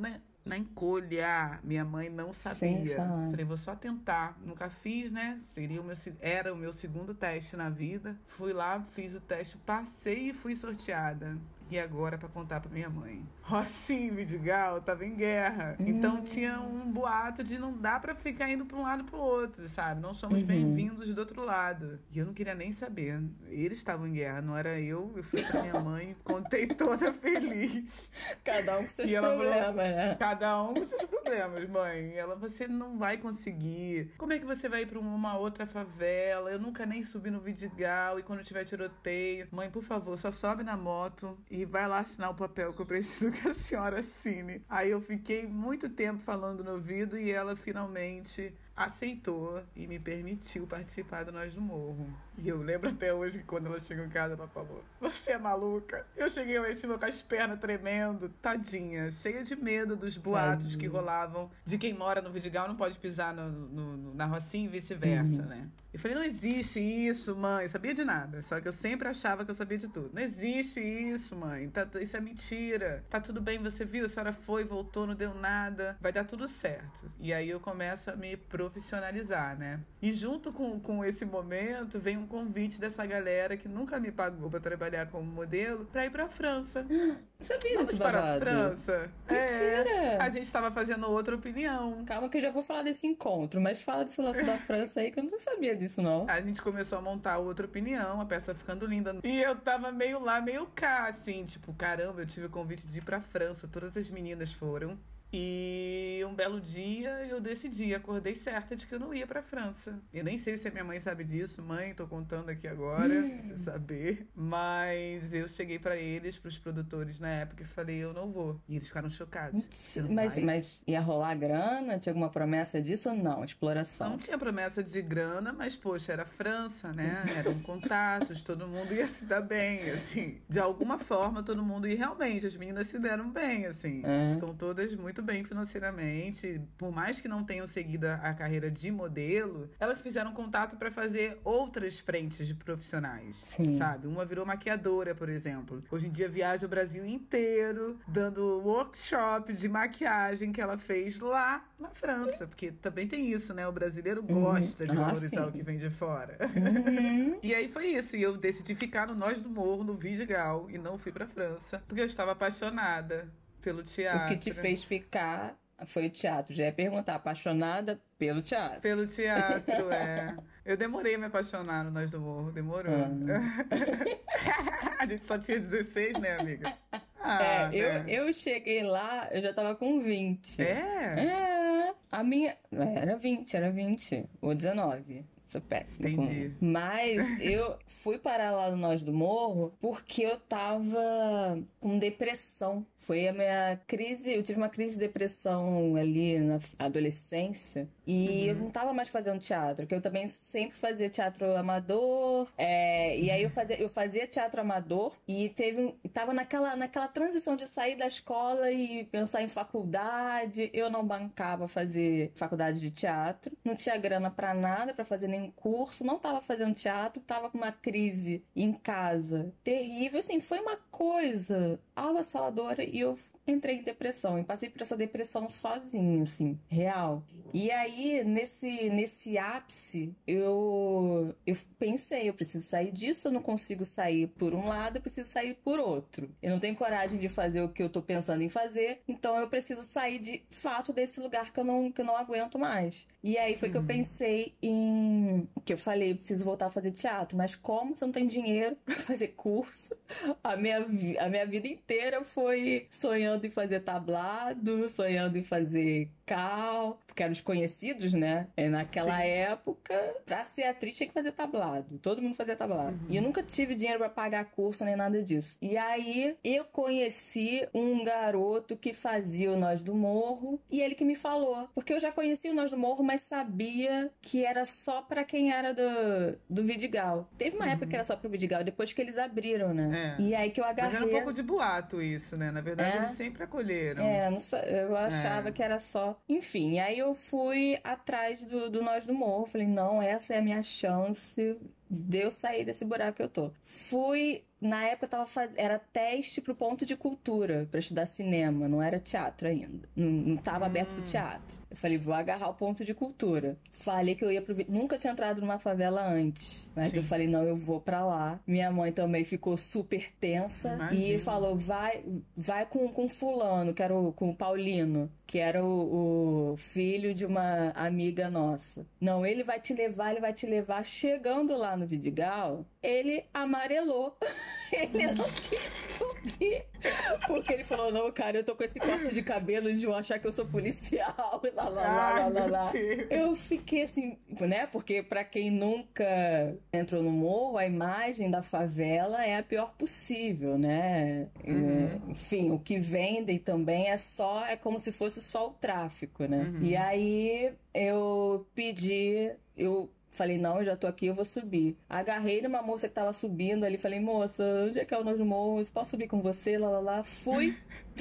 na encolha. Minha mãe não sabia. Falei, vou só tentar. Nunca fiz, né? Seria o meu, era o meu segundo teste na vida. Fui lá, fiz o teste, passei e fui sorteada. E agora para contar para minha mãe. Rocinha e Vidigal tava em guerra. Hum. Então tinha um boato de não dá para ficar indo para um lado para o outro, sabe? Não somos uhum. bem-vindos do outro lado. E eu não queria nem saber. Eles estavam em guerra, não era eu. Eu fui para minha mãe, contei toda feliz. Cada um com seus problemas, falou, né? Cada um com seus problemas, mãe. E ela, você não vai conseguir. Como é que você vai ir para uma outra favela? Eu nunca nem subi no Vidigal. E quando tiver tiroteio, mãe, por favor, só sobe na moto e vai lá assinar o papel que eu preciso que a senhora assine. Aí eu fiquei muito tempo falando no ouvido e ela finalmente aceitou e me permitiu participar do Nós do Morro. E eu lembro até hoje que quando ela chegou em casa, ela falou, você é maluca? Eu cheguei lá em cima com as pernas tremendo, tadinha, cheia de medo dos boatos Tadinha. que rolavam de quem mora no Vidigal não pode pisar no, no, no, na Rocinha e vice-versa, uhum. né? Eu falei, não existe isso, mãe. Eu sabia de nada, só que eu sempre achava que eu sabia de tudo. Não existe isso, mãe. Tá, isso é mentira. Tá tudo bem, você viu? A senhora foi, voltou, não deu nada. Vai dar tudo certo. E aí eu começo a me profissionalizar, né? E junto com, com esse momento, vem um convite dessa galera que nunca me pagou pra trabalhar como modelo, pra ir pra França. Sabia Vamos desse para babado. a França. Mentira! É, a gente tava fazendo outra opinião. Calma que eu já vou falar desse encontro, mas fala desse lance da França aí que eu não sabia disso, não. A gente começou a montar outra opinião, a peça ficando linda. E eu tava meio lá, meio cá, assim, tipo, caramba, eu tive o convite de ir pra França, todas as meninas foram. E um belo dia eu decidi, acordei certa de que eu não ia pra França. Eu nem sei se a minha mãe sabe disso. Mãe, tô contando aqui agora, hum. pra você saber. Mas eu cheguei pra eles, pros produtores na época, e falei, eu não vou. E eles ficaram chocados. Mas, mas ia rolar grana? Tinha alguma promessa disso ou não? Exploração? Não tinha promessa de grana, mas, poxa, era França, né? Eram contatos, todo mundo ia se dar bem, assim. De alguma forma, todo mundo... E realmente, as meninas se deram bem, assim. É. Estão todas muito bem financeiramente, por mais que não tenham seguido a carreira de modelo, elas fizeram contato para fazer outras frentes de profissionais, Sim. sabe? Uma virou maquiadora, por exemplo. Hoje em dia viaja o Brasil inteiro dando workshop de maquiagem que ela fez lá na França, porque também tem isso, né? O brasileiro uhum. gosta de valorizar ah, o que vem de fora. Uhum. E aí foi isso, e eu decidi ficar no Nós do Morro, no Vidigal, e não fui pra França, porque eu estava apaixonada pelo teatro. O que te fez ficar foi o teatro. Já ia perguntar, apaixonada pelo teatro. Pelo teatro, é. Eu demorei a me apaixonar no Nós do Morro, demorou. Uhum. A gente só tinha dezesseis, né, amiga? Ah, é, né? eu, eu cheguei lá, eu já tava com vinte. É? É. A minha... Era vinte, era vinte. Ou dezenove. Sou péssima. Entendi. Com... Mas eu fui parar lá no Nós do Morro porque eu tava com depressão. Foi a minha crise, eu tive uma crise de depressão ali na adolescência e uhum. eu não tava mais fazendo teatro, porque eu também sempre fazia teatro amador, é, e aí eu fazia, eu fazia teatro amador e teve, tava naquela, naquela transição de sair da escola e pensar em faculdade. Eu não bancava fazer faculdade de teatro, não tinha grana pra nada, pra fazer nenhum curso, não tava fazendo teatro, tava com uma crise em casa terrível, assim, foi uma coisa avassaladora. E eu entrei em depressão. E passei por essa depressão sozinha, assim, real. E aí, nesse, nesse ápice, eu, eu pensei, eu preciso sair disso, eu não consigo sair por um lado, eu preciso sair por outro. Eu não tenho coragem de fazer o que eu tô pensando em fazer, então eu preciso sair de fato desse lugar que eu não, que eu não aguento mais. E aí foi uhum. que eu pensei em... que eu falei, eu preciso voltar a fazer teatro, mas como se eu não tenho dinheiro pra fazer curso? A minha, a minha vida inteira foi sonhando em fazer tablado, sonhando em fazer cal, porque eram os conhecidos, né? E naquela Sim. época, pra ser atriz tinha que fazer tablado. Todo mundo fazia tablado. Uhum. E eu nunca tive dinheiro pra pagar curso nem nada disso. E aí, eu conheci um garoto que fazia o Nós do Morro e ele que me falou. Porque eu já conhecia o Nós do Morro, mas sabia que era só pra quem era do, do Vidigal. Teve uma uhum. época que era só pro Vidigal, depois que eles abriram, né? É. E aí que eu agarrei... Mas era um pouco de boato isso, né? Na verdade, é. eles sempre acolheram. É, não, eu achava é. que era só... Enfim, aí eu fui atrás do, do Nós do Morro. Falei, não, essa é a minha chance de eu sair desse buraco que eu tô. Fui na época, eu tava faz... era teste pro ponto de cultura, pra estudar cinema, não era teatro ainda. Não, não tava aberto pro teatro. Eu falei, vou agarrar o ponto de cultura. Falei que eu ia pro... Nunca tinha entrado numa favela antes. Mas Sim. eu falei, não, eu vou pra lá. Minha mãe também ficou super tensa. Imagina. E falou, vai, vai com, com fulano, que era o, com o Paulino, que era o, o filho de uma amiga nossa. Não, ele vai te levar, ele vai te levar. Chegando lá no Vidigal, ele amarelou. Ele não quis subir. Porque ele falou, não, cara, eu tô com esse corte de cabelo, eles vão achar que eu sou policial. Lá, lá, lá, lá, lá, lá. Eu fiquei assim, né? Porque pra quem nunca entrou no morro, a imagem da favela é a pior possível, né? Uhum. É, enfim, o que vendem também é só, é como se fosse só o tráfico, né? Uhum. E aí eu pedi, eu falei, não, eu já tô aqui, eu vou subir. Agarrei numa moça que tava subindo ali, falei, moça, onde é que é o Nojo Morros? Posso subir com você? Lá, lá, lá. Fui.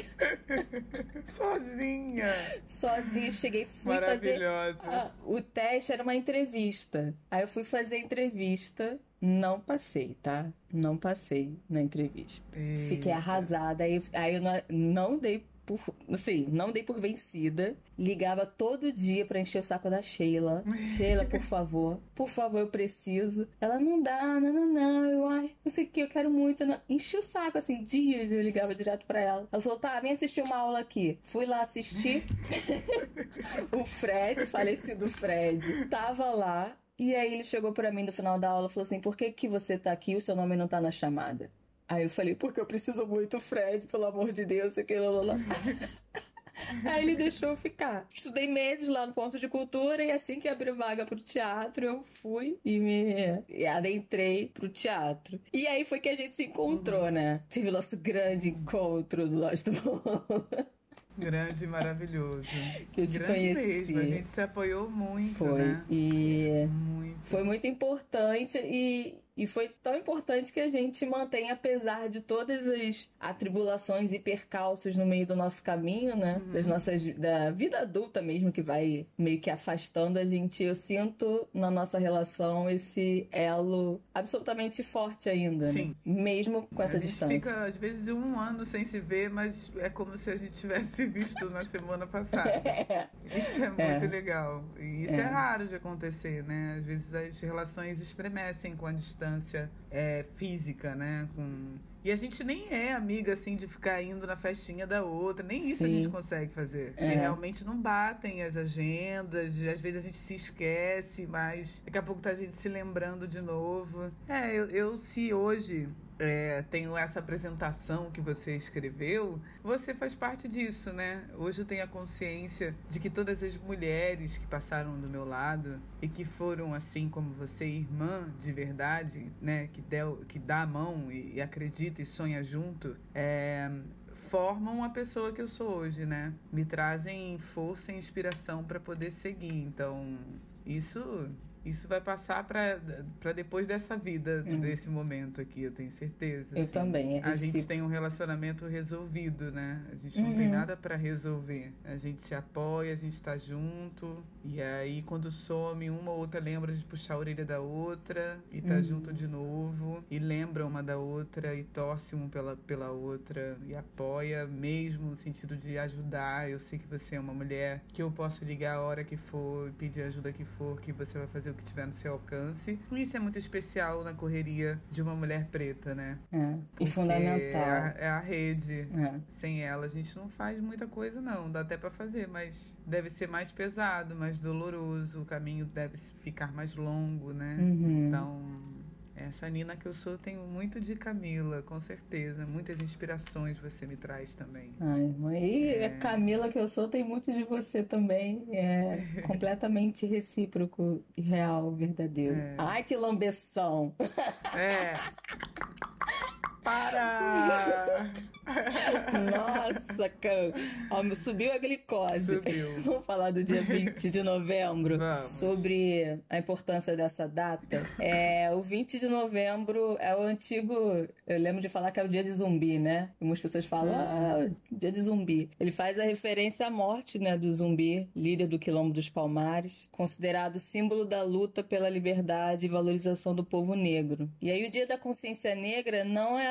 Sozinha. Sozinha, cheguei, fui Maravilhosa. fazer... Ah, o teste era uma entrevista. Aí eu fui fazer a entrevista, não passei, tá? Não passei na entrevista. Eita. Fiquei arrasada. Aí, aí eu não, não dei por, assim, não dei por vencida. Ligava todo dia pra encher o saco da Sheila. Sheila, por favor, por favor, eu preciso. Ela, não dá, não, não, não. Eu, ai, não sei o que, eu quero muito. Não. Enchi o saco, assim, dias eu ligava direto pra ela. Ela falou, tá, vem assistir uma aula aqui. Fui lá assistir. O Fred, falecido Fred, tava lá. E aí ele chegou pra mim no final da aula e falou assim, por que que você tá aqui e o seu nome não tá na chamada? Aí eu falei, porque eu preciso muito, Fred, pelo amor de Deus, sei que lá, lá, lá. Aí ele deixou eu ficar. Estudei meses lá no ponto de cultura e assim que abriu vaga pro teatro, eu fui e me e adentrei pro teatro. E aí foi que a gente se encontrou, uhum. né? Teve o nosso grande encontro do Lost Morro. Grande e maravilhoso. Que eu te Grande conheci. mesmo, a gente se apoiou muito, foi. né? E muito. Foi muito importante e, e foi tão importante que a gente mantém, apesar de todas as atribulações e percalços no meio do nosso caminho, né? Uhum. Das nossas, da vida adulta mesmo, que vai meio que afastando a gente. Eu sinto na nossa relação esse elo absolutamente forte ainda, Sim. Né? Mesmo com essa a gente distância. Fica, às vezes, um ano sem se ver, mas é como se a gente tivesse visto na semana passada. É. Isso é muito é. legal. E isso é. é raro de acontecer, né? Às vezes as relações estremecem com a distância é, física, né? Com... E a gente nem é amiga, assim, de ficar indo na festinha da outra. Nem isso Sim. a gente consegue fazer. É. Porque realmente não batem as agendas. Às vezes a gente se esquece, mas daqui a pouco tá a gente se lembrando de novo. É, eu, eu se hoje... É, tenho essa apresentação que você escreveu, você faz parte disso, né? Hoje eu tenho a consciência de que todas as mulheres que passaram do meu lado e que foram, assim como você, irmã de verdade, né? Que, deu, que dá a mão e, e acredita e sonha junto, é, formam a pessoa que eu sou hoje, né? Me trazem força e inspiração para poder seguir. Então, isso... Isso vai passar para depois dessa vida, uhum. desse momento aqui, eu tenho certeza. Eu assim. também. É a gente tem um relacionamento resolvido, né? A gente uhum. não tem nada para resolver. A gente se apoia, a gente está junto. E aí, quando some, uma ou outra lembra de puxar a orelha da outra e tá uhum. junto de novo. E lembra uma da outra e torce uma pela, pela outra e apoia mesmo no sentido de ajudar. Eu sei que você é uma mulher que eu posso ligar a hora que for, pedir a ajuda que for, que você vai fazer o que tiver no seu alcance. Isso é muito especial na correria de uma mulher preta, né? É, e fundamental. É a, é a rede. É. Sem ela, a gente não faz muita coisa, não. Dá até pra fazer, mas deve ser mais pesado, mais doloroso. O caminho deve ficar mais longo, né? Uhum. Então... Essa Nina que eu sou, tenho muito de Camila, com certeza. Muitas inspirações você me traz também. Ai, mãe. E é... a Camila que eu sou tem muito de você também. É completamente recíproco, real, verdadeiro. É... Ai, que lambeção! É... Para! Nossa, cara. Ó, subiu a glicose. Subiu. Vamos falar do dia vinte de novembro. Vamos. Sobre a importância dessa data. É, o vinte de novembro é o antigo... Eu lembro de falar que é o dia de zumbi, né? Algumas pessoas falam, ah, dia de zumbi. Ele faz a referência à morte, né, do zumbi, líder do Quilombo dos Palmares, considerado símbolo da luta pela liberdade e valorização do povo negro. E aí o dia da consciência negra não é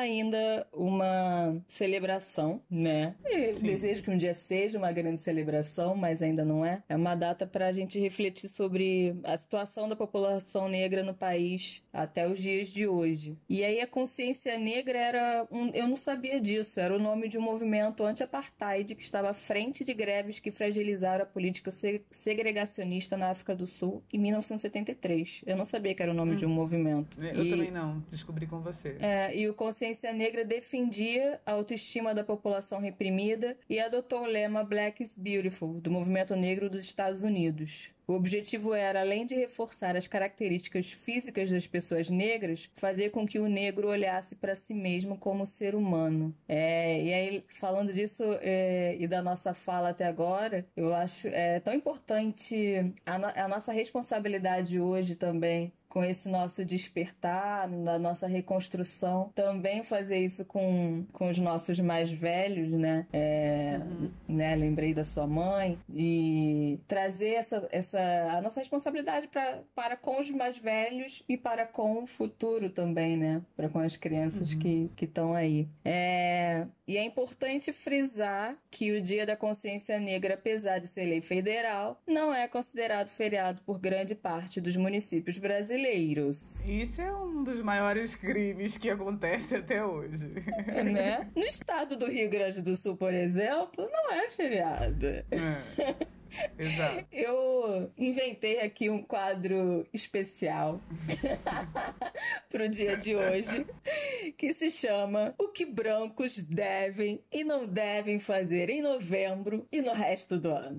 ainda uma celebração, né? E Sim. desejo que um dia seja uma grande celebração, mas ainda não é. É uma data para a gente refletir sobre a situação da população negra no país até os dias de hoje. E aí a consciência negra era um, eu não sabia disso, era o nome de um movimento anti-apartheid que estava à frente de greves que fragilizaram a política se- segregacionista na África do Sul em mil novecentos e setenta e três. Eu não sabia que era o nome Hum. de um movimento. Eu E- também não, descobri com você. é, e o Consciência Negra defendia a autoestima da população reprimida e adotou o lema Black is Beautiful, do movimento negro dos Estados Unidos. O objetivo era, além de reforçar as características físicas das pessoas negras, fazer com que o negro olhasse para si mesmo como ser humano. É, e aí, falando disso é, e da nossa fala até agora, eu acho é, tão importante a, no- a nossa responsabilidade hoje também com esse nosso despertar, na nossa reconstrução, também fazer isso com, com os nossos mais velhos, né? É, Uhum. né? Lembrei da sua mãe e trazer essa, essa a nossa responsabilidade pra, para com os mais velhos e para com o futuro também, né? Para com as crianças Uhum. que que estão aí. É, e é importante frisar que o Dia da Consciência Negra, apesar de ser lei federal, não é considerado feriado por grande parte dos municípios brasileiros. Isso é um dos maiores crimes que acontece até hoje. Né? No estado do Rio Grande do Sul, por exemplo, não é feriado. É, exato. Eu inventei aqui um quadro especial pro dia de hoje, que se chama O que brancos devem e não devem fazer em novembro e no resto do ano.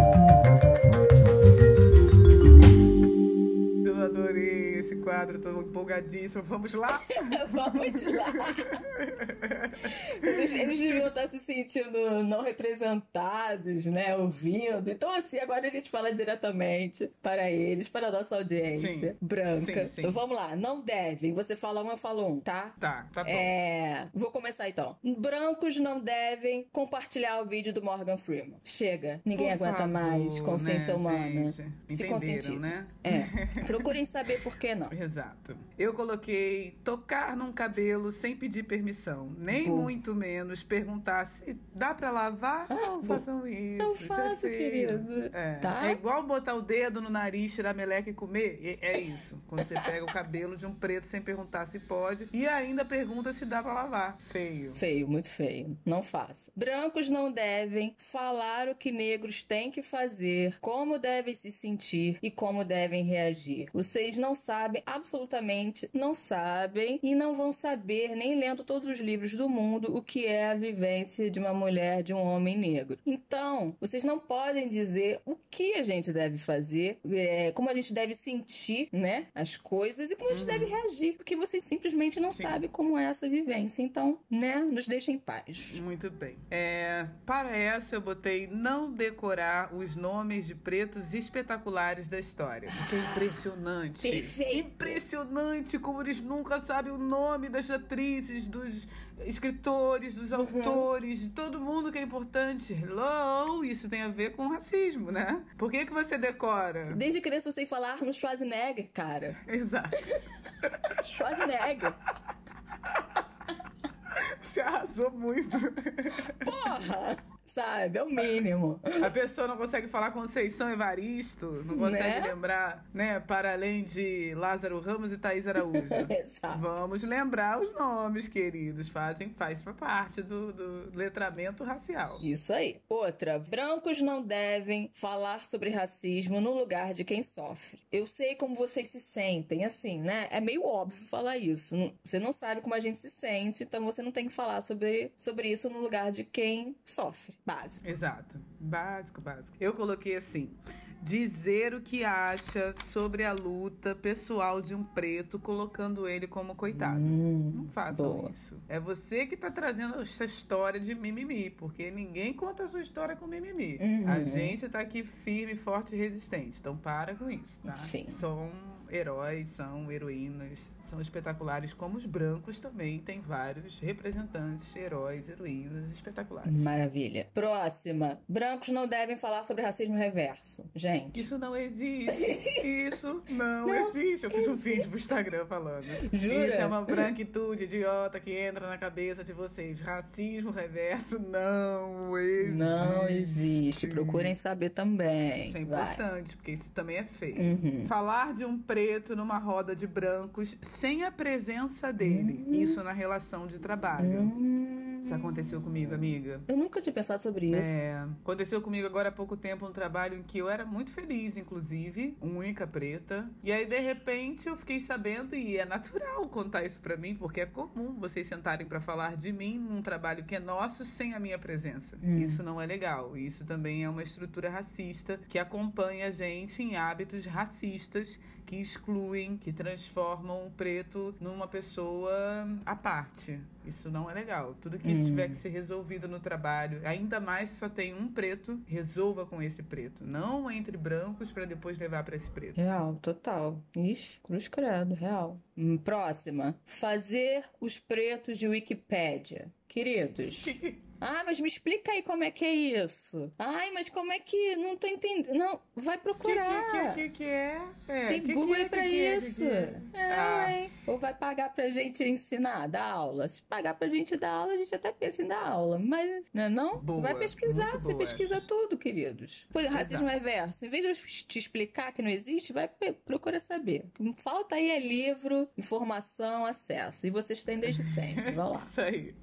Eu adorei esse quadro, tô empolgadíssima. Vamos lá? Vamos lá. Eles, eles deviam estar se sentindo não representados, né? Ouvindo. Então, assim, agora a gente fala diretamente para eles, para a nossa audiência Sim. branca. Sim, sim. Então, vamos lá. Não devem. Você fala um, eu falo um, tá? Tá, tá bom. É... Vou começar então. Brancos não devem compartilhar o vídeo do Morgan Freeman. Chega. Ninguém Por aguenta favor, mais consciência né, humana. gente? Se Entenderam, conscientize. né? É. Procurem saber por que não. Exato. Eu coloquei tocar num cabelo sem pedir permissão. Nem Boa. muito menos perguntar se dá pra lavar. Não boa. façam isso. Não isso faça, é feio. querido. É. Tá? É igual botar o dedo no nariz, tirar a meleca e comer. E- É isso. Quando você pega o cabelo de um preto sem perguntar se pode. E ainda pergunta se dá pra lavar. Feio. Feio, muito feio. Não faça. Brancos não devem falar o que negros têm que fazer, como devem se sentir e como devem reagir. Vocês não sabem, absolutamente não sabem e não vão saber, nem lendo todos os livros do mundo, o que é a vivência de uma mulher, de um homem negro. Então, vocês não podem dizer o que a gente deve fazer, é, como a gente deve sentir, né, as coisas e como a gente Uhum. deve reagir, porque vocês simplesmente não Sim. sabem como é essa vivência. Então, né, nos deixem em paz. Muito bem. É, para essa eu botei não decorar os nomes de pretos espetaculares da história. Porque é impressionante. Perfeito. Impressionante como eles nunca sabem o nome das atrizes, dos escritores, dos autores, de todo mundo que é importante. Hello! Isso tem a ver com racismo, né? Por que que você decora? Desde criança eu sei falar no Schwarzenegger, cara. Exato. Schwarzenegger. Você arrasou muito. Porra! Sabe, é o mínimo. A pessoa não consegue falar Conceição Evaristo, não consegue Né? lembrar, né? Para além de Lázaro Ramos e Thaís Araújo. Exato. Vamos lembrar os nomes, queridos. Fazem, faz parte do, do letramento racial. Isso aí. Outra, brancos não devem falar sobre racismo no lugar de quem sofre. Eu sei como vocês se sentem, assim, né? É meio óbvio falar isso. Não- Você não sabe como a gente se sente, então você não tem que falar sobre, sobre isso no lugar de quem sofre. Básico. Exato. Básico, básico. Eu coloquei assim: dizer o que acha sobre a luta pessoal de um preto, colocando ele como coitado. Hum, Não façam boa. isso. É você que tá trazendo essa história de mimimi, porque ninguém conta a sua história com mimimi. Uhum. A gente tá aqui firme, forte e resistente. Então para com isso, tá? Sim. Só um heróis, são heroínas, são espetaculares, como os brancos também tem vários representantes, heróis, heroínas espetaculares. Maravilha. Próxima. Brancos não devem falar sobre racismo reverso. Gente. Isso não existe. Isso não, não existe. Eu fiz um vídeo pro Instagram falando. Jura? Isso é uma branquitude idiota que entra na cabeça de vocês. Racismo reverso não existe. Não existe. Procurem saber também. Isso é importante, Vai. porque isso também é feio. Uhum. Falar de um preto numa roda de brancos sem a presença dele. Uhum. Isso na relação de trabalho. Uhum. Isso aconteceu comigo, amiga. Eu nunca tinha pensado sobre isso. É, aconteceu comigo agora há pouco tempo um trabalho em que eu era muito feliz, inclusive, única preta. E aí, de repente, eu fiquei sabendo, e é natural contar isso pra mim, porque é comum vocês sentarem pra falar de mim num trabalho que é nosso sem a minha presença. Hum. Isso não é legal. Isso também é uma estrutura racista que acompanha a gente em hábitos racistas que excluem, que transformam o preto numa pessoa à parte. Isso não é legal. Tudo que hum. tiver que ser resolvido no trabalho, ainda mais se só tem um preto, resolva com esse preto. Não entre brancos para depois levar para esse preto. Real, total. Ixi, cruz credo, real. Hum, próxima. Fazer os pretos de Wikipédia. Queridos... Ah, mas me explica aí como é que é isso. Ai, mas como é que... Não tô entendendo. Não, vai procurar. O que, que, que, que é? é? Tem que Google que é, aí pra que que isso. Que que é? É, Ah. Ou vai pagar pra gente ensinar, dar aula. Se pagar pra gente dar aula, a gente até pensa em dar aula. Mas, não é não? Boa, vai pesquisar. muito Você boa pesquisa essa. tudo, queridos. Por exemplo, racismo reverso. Em vez de eu te explicar que não existe, vai procurar saber. Falta aí é livro, informação, acesso. E vocês têm desde sempre. Vai lá. Isso aí.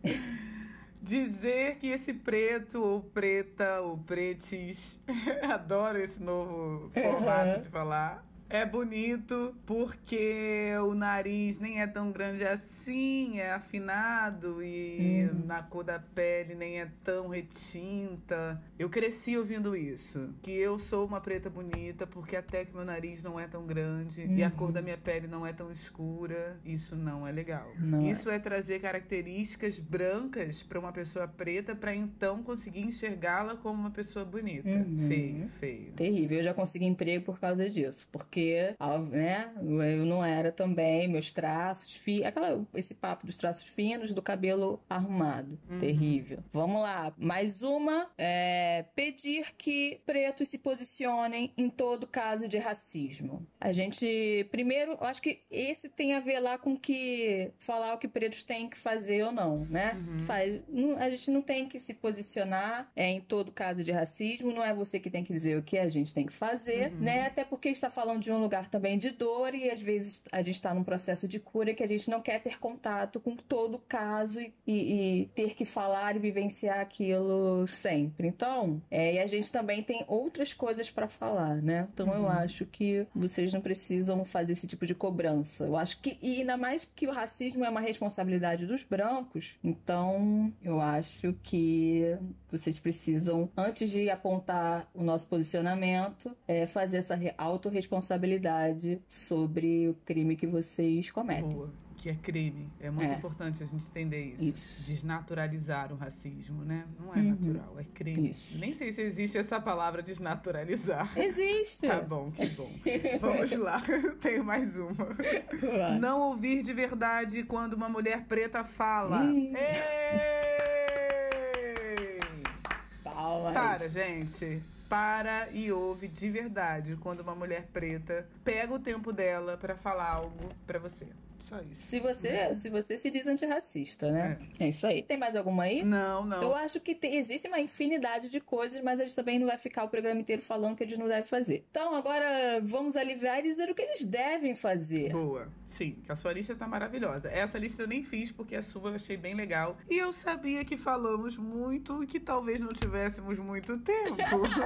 Dizer que esse preto ou preta ou pretis, adoro esse novo formato Uhum. de falar, é bonito porque o nariz nem é tão grande assim, é afinado e Uhum. na cor da pele nem é tão retinta. Eu cresci ouvindo isso, que eu sou uma preta bonita porque até que meu nariz não é tão grande Uhum. e a cor da minha pele não é tão escura. Isso não é legal. Não Isso é. é trazer características brancas para uma pessoa preta para então conseguir enxergá-la como uma pessoa bonita. Uhum. Feio, feio. Terrível. Eu já consegui emprego por causa disso. Porque, né, eu não era também, meus traços, fi... Aquela, esse papo dos traços finos, do cabelo arrumado. Uhum. Terrível. Vamos lá. Mais uma. É, pedir que pretos se posicionem em todo caso de racismo. A gente, primeiro, eu acho que esse tem a ver lá com que falar o que pretos têm que fazer ou não, né? Uhum. Faz, não, a gente não tem que se posicionar é, em todo caso de racismo, não é você que tem que dizer o que a gente tem que fazer, Uhum. né? Até porque está falando de um lugar também de dor e às vezes a gente está num processo de cura que a gente não quer ter contato com todo caso e, e, e ter que falar e vivenciar aquilo sempre. Então, é, e a gente também tem outras coisas para falar, né? Então uhum. eu acho que vocês não precisam fazer esse tipo de cobrança. Eu acho que, e ainda mais que o racismo é uma responsabilidade dos brancos, então eu acho que vocês precisam, antes de apontar o nosso posicionamento, é, fazer essa autorresponsabilidade sobre o crime que vocês cometem. Boa. Que é crime. É muito é. importante a gente entender isso. Isso. Desnaturalizar o racismo, né? Não é uhum. natural, é crime. Isso. Nem sei se existe essa palavra desnaturalizar. Existe. Tá bom, que bom. Vamos lá, eu tenho mais uma. Ué. Não ouvir de verdade quando uma mulher preta fala. Ei! Palmas. Para, gente. Para e ouve de verdade quando uma mulher preta pega o tempo dela pra falar algo pra você. Só isso. Se você, se você se diz antirracista, né? É. é isso aí. Tem mais alguma aí? Não, não. Eu acho que tem, existe uma infinidade de coisas, mas a gente também não vai ficar o programa inteiro falando que eles não devem fazer. Então, agora vamos aliviar e dizer o que eles devem fazer. Boa. Sim, a sua lista tá maravilhosa. Essa lista eu nem fiz porque a sua eu achei bem legal. E eu sabia que falamos muito e que talvez não tivéssemos muito tempo.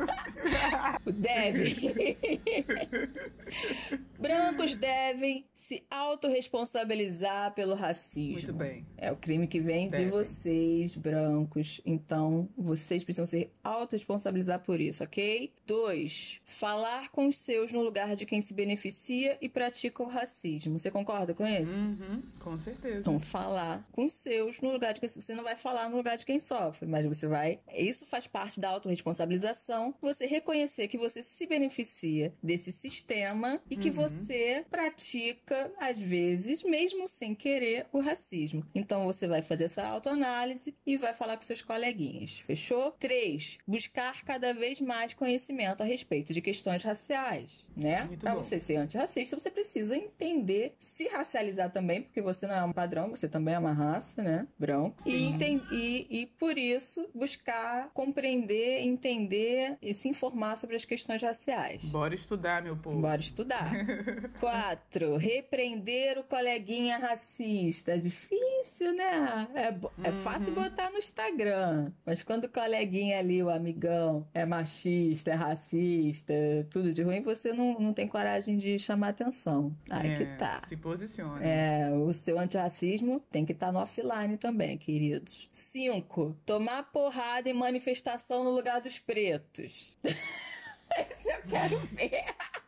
Deve. Brancos devem se se autorresponsabilizar pelo racismo. Muito bem. É o crime que vem Devem. de vocês, brancos. Então, vocês precisam se autorresponsabilizar por isso, ok? Dois, falar com os seus no lugar de quem se beneficia e pratica o racismo. Você concorda com isso? Uhum, com certeza. Então, falar com os seus no lugar de quem... Você não vai falar no lugar de quem sofre, mas você vai... Isso faz parte da autorresponsabilização. Você reconhecer que você se beneficia desse sistema e que Uhum. você pratica, às vezes, mesmo sem querer, o racismo. Então, você vai fazer essa autoanálise e vai falar com seus coleguinhas. Fechou? Três, buscar cada vez mais conhecimento a respeito de questões raciais, né? Muito Pra bom. você ser antirracista, você precisa entender, se racializar também, porque você não é um padrão, você também é uma raça, né? Branco. E, Sim. enten- e, e, por isso, buscar compreender, entender e se informar sobre as questões raciais. Bora estudar, meu povo. Bora estudar. Quatro, repreender o coleguinha racista. É difícil, né? É, bo- é fácil Uhum. botar no Instagram. Mas quando o coleguinha ali, o amigão, é machista, é racista, tudo de ruim, você não, não tem coragem de chamar atenção. Aí É, que tá. Se posicione. É, o seu antirracismo tem que estar no offline também, queridos. Cinco, tomar porrada em manifestação no lugar dos pretos. Esse eu quero ver.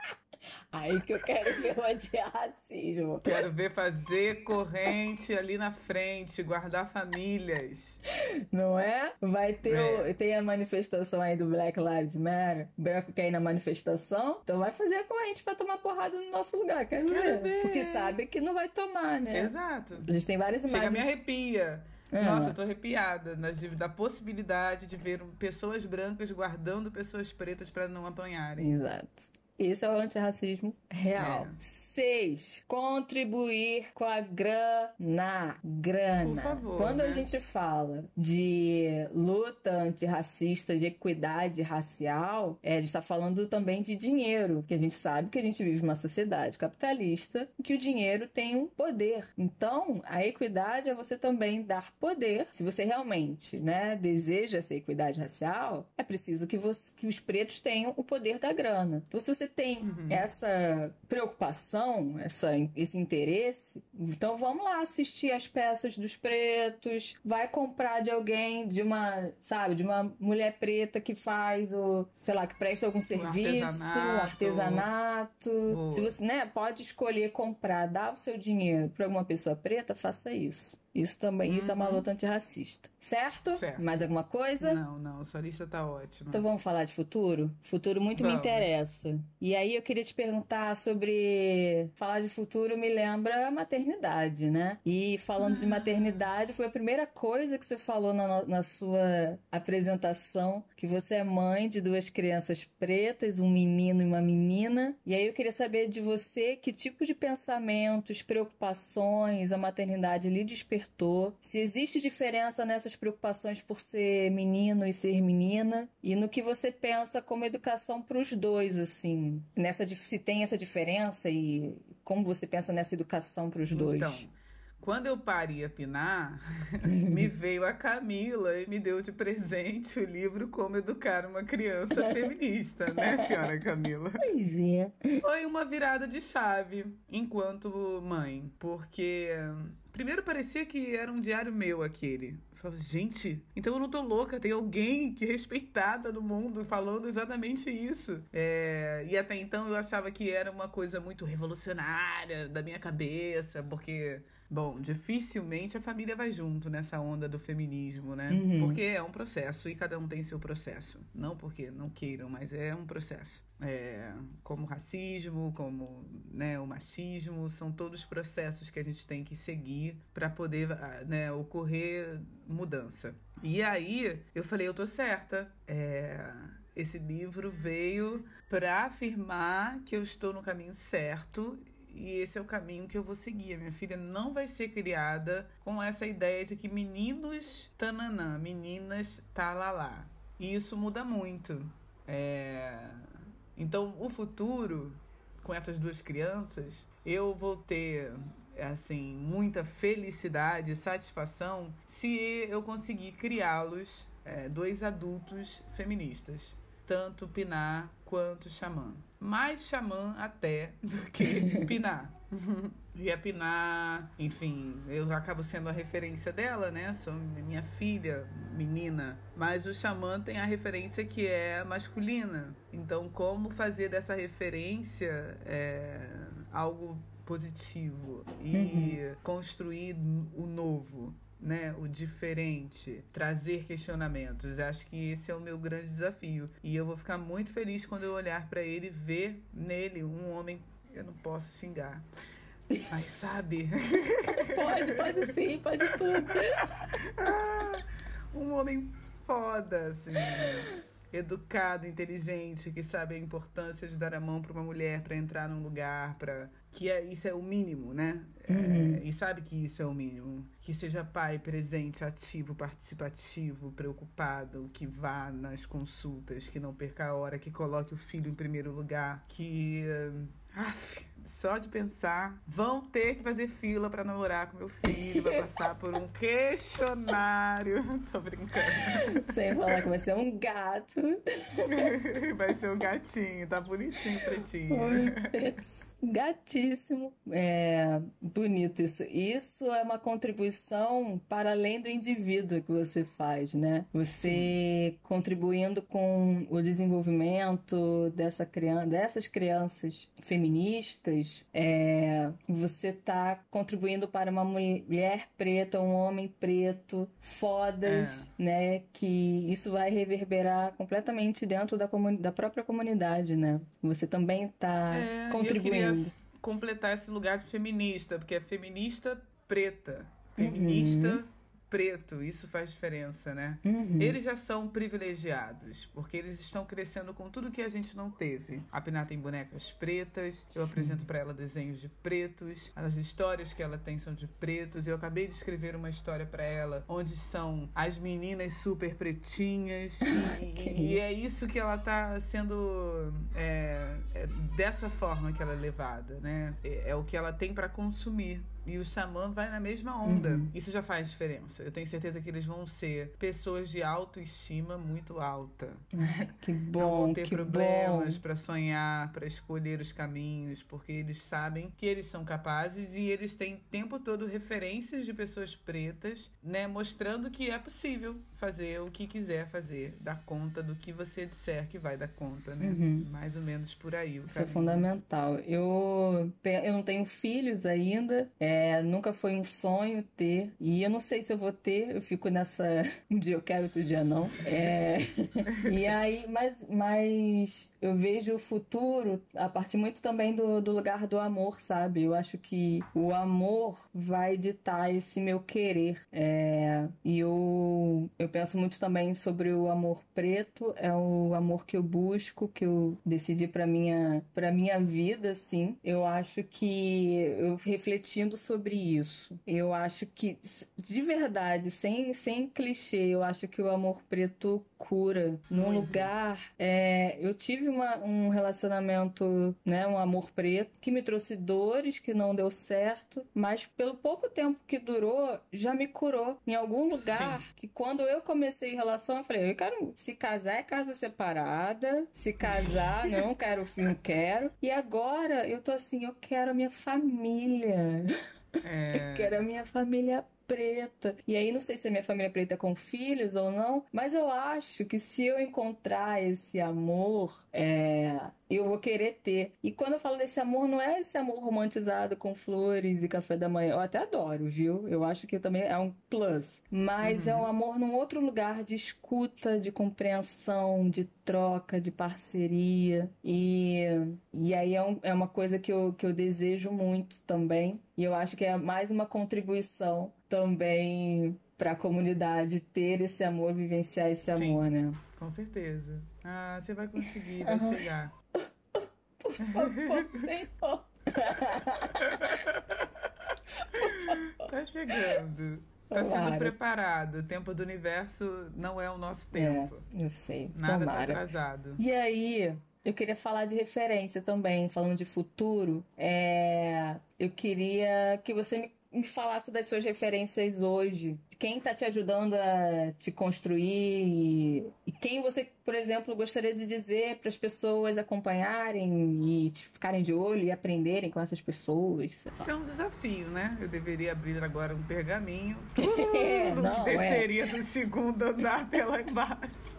Aí que eu quero ver o antirracismo. Quero ver fazer corrente ali na frente, guardar famílias. Não é? Vai ter É. o, tem a manifestação aí do Black Lives Matter. O branco quer ir na manifestação, então vai fazer a corrente pra tomar porrada no nosso lugar. Quero, Quero ver. ver. Porque sabe que não vai tomar, né? Exato. A gente tem várias Chega, imagens. me arrepia. É. Nossa, eu tô arrepiada nas- da possibilidade de ver pessoas brancas guardando pessoas pretas pra não apanharem. Exato. Esse é o antirracismo real. É. Seis, contribuir com a grana. Grana. Por favor, Quando a né? gente fala de luta antirracista, de equidade racial, é, a gente está falando também de dinheiro, que a gente sabe que a gente vive uma sociedade capitalista e que o dinheiro tem um poder. Então, a equidade é você também dar poder. Se você realmente, né, deseja essa equidade racial, é preciso que, você, que os pretos tenham o poder da grana. Então, se você tem Uhum. essa preocupação, essa, esse interesse, então vamos lá assistir as peças dos pretos, vai comprar de alguém, de uma, sabe, de uma mulher preta que faz o, sei lá, que presta algum serviço, artesanato. artesanato. Boa. Se você, né, pode escolher comprar, dar o seu dinheiro para alguma pessoa preta, faça isso. Isso também, isso é uma Uhum. luta antirracista. Certo? Certo. Mais alguma coisa? Não, não, sua lista tá ótima. Então vamos falar de futuro? Futuro muito me Vamos. interessa. E aí eu queria te perguntar sobre... Falar de futuro me lembra a maternidade, né? E falando de maternidade, foi a primeira coisa que você falou na, no- na sua apresentação, que você é mãe de duas crianças pretas, um menino e uma menina. E aí eu queria saber de você que tipo de pensamentos, preocupações a maternidade lhe despertou, se existe diferença nessas preocupações por ser menino e ser menina, e no que você pensa como educação para os dois, assim, nessa dif- se tem essa diferença e como você pensa nessa educação para os dois. Então, quando eu parei a pinar, me veio a Camila e me deu de presente o livro Como Educar uma Criança Feminista, né, senhora Camila? Pois é. Foi uma virada de chave enquanto mãe, porque primeiro parecia que era um diário meu aquele. Eu falava, gente, então eu não tô louca, tem alguém que é respeitada no mundo falando exatamente isso. É, e até então eu achava que era uma coisa muito revolucionária da minha cabeça, porque, bom, dificilmente a família vai junto nessa onda do feminismo, né? Uhum. Porque é um processo e cada um tem seu processo. Não porque não queiram, mas é um processo. É, como o racismo, como, né, o machismo, são todos processos que a gente tem que seguir para poder, ah, né, ocorrer mudança. E aí eu falei, eu tô certa. É, esse livro veio para afirmar que eu estou no caminho certo. E esse é o caminho que eu vou seguir. A minha filha não vai ser criada com essa ideia de que meninos tananã, meninas talalá. E isso muda muito. É... Então, o futuro, com essas duas crianças, eu vou ter, assim, muita felicidade e satisfação se eu conseguir criá-los, é, dois adultos feministas. tanto Pinar quanto Xamã. Mais Xamã até do que Pinar. E a Pinar, enfim, eu acabo sendo a referência dela, né? Sou minha filha, menina. Mas o Xamã tem a referência que é masculina. Então, como fazer dessa referência é, algo positivo e uhum. construir o novo, né, o diferente, trazer questionamentos. Acho que esse é o meu grande desafio. E eu vou ficar muito feliz quando eu olhar para ele e ver nele um homem, eu não posso xingar, mas sabe? Pode, pode sim, pode tudo. Um homem foda, assim, educado, inteligente, que sabe a importância de dar a mão para uma mulher para entrar num lugar, para que é, isso é o mínimo, né? Uhum. É, e sabe que isso é o mínimo. Que seja pai, presente, ativo, participativo, preocupado, que vá nas consultas, que não perca a hora, que coloque o filho em primeiro lugar, que... Aff, só de pensar, vão ter que fazer fila para namorar com meu filho, vai passar por um questionário. Tô brincando. Sem falar que vai ser um gato. Vai ser um gatinho, tá bonitinho, pretinho. Gatíssimo. É bonito isso. Isso é uma contribuição para além do indivíduo que você faz, né? Você Sim. contribuindo com o desenvolvimento dessa criança, dessas crianças feministas, é, você está contribuindo para uma mulher preta, um homem preto, fodas, é. né? Que isso vai reverberar completamente dentro da, comuni- da própria comunidade, né? Você também está é, contribuindo. Completar esse lugar de feminista, porque é feminista preta, feminista uhum. preto, isso faz diferença, né? Uhum. Eles já são privilegiados, porque eles estão crescendo com tudo que a gente não teve. A Pinar tem bonecas pretas, eu Sim. apresento para ela desenhos de pretos, as histórias que ela tem são de pretos. Eu acabei de escrever uma história para ela, onde são as meninas super pretinhas, e, e é isso que ela tá sendo, é, é dessa forma que ela é levada, né? É, é o que ela tem para consumir. E o Xamã vai na mesma onda. Uhum. Isso já faz diferença. Eu tenho certeza que eles vão ser pessoas de autoestima muito alta. Que bom, Não vão ter que problemas para sonhar, para escolher os caminhos, porque eles sabem que eles são capazes e eles têm o tempo todo referências de pessoas pretas, né, mostrando que é possível fazer o que quiser fazer, dar conta do que você disser que vai dar conta, né? Uhum. Mais ou menos por aí. O Isso caminho. É fundamental. Eu, eu não tenho filhos ainda, é, É, nunca foi um sonho ter, e eu não sei se eu vou ter, eu fico nessa, um dia eu quero, outro dia não, é, e aí, mas, mas eu vejo o futuro a partir muito também do, do lugar do amor, sabe? Eu acho que o amor vai ditar esse meu querer, é, e eu, eu penso muito também sobre o amor preto, é o amor que eu busco, que eu decidi pra minha, pra minha vida, assim. Eu acho que eu refletindo sobre isso, eu acho que de verdade, sem, sem clichê, eu acho que o amor preto cura. Num muito. lugar, é, eu tive uma, um relacionamento, né, um amor preto, que me trouxe dores, que não deu certo, mas pelo pouco tempo que durou, já me curou. Em algum lugar, Sim. que quando eu comecei em relação, eu falei, eu quero, se casar é casa separada, se casar, não quero filho, não quero. E agora, eu tô assim, eu quero a minha família. É... Eu quero a minha família preta. E aí, não sei se a minha família preta é com filhos ou não, mas eu acho que se eu encontrar esse amor, é... eu vou querer ter. E quando eu falo desse amor, não é esse amor romantizado com flores e café da manhã. Eu até adoro, viu? Eu acho que também é um plus. Mas uhum. é um amor num outro lugar de escuta, de compreensão, de troca, de parceria. E, e aí é, um, é uma coisa que eu, que eu desejo muito também. E eu acho que é mais uma contribuição também para a comunidade ter esse amor, vivenciar esse Sim, amor, né? Com certeza. Ah, você vai conseguir, vai uhum. chegar. Por favor, Senhor. Tá chegando. Tá Tomara. sendo preparado. O tempo do universo não é o nosso tempo. É, eu sei. Nada Tomara. tá atrasado. E aí, eu queria falar de referência também, falando de futuro. É... Eu queria que você me me falasse das suas referências hoje, de quem está te ajudando a te construir e quem você, por exemplo, gostaria de dizer para as pessoas acompanharem e ficarem de olho e aprenderem com essas pessoas. Isso é um desafio, né? Eu deveria abrir agora um pergaminho. Tudo É, não, que desceria é. do segundo andar até lá embaixo.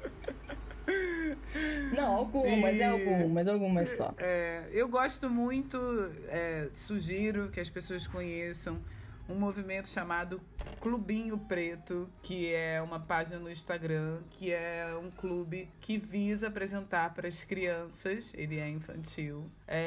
Não, algumas, E, é algumas, algumas só. É, eu gosto muito, é, sugiro que as pessoas conheçam um movimento chamado Clubinho Preto, que é uma página no Instagram, que é um clube que visa apresentar para as crianças, ele é infantil,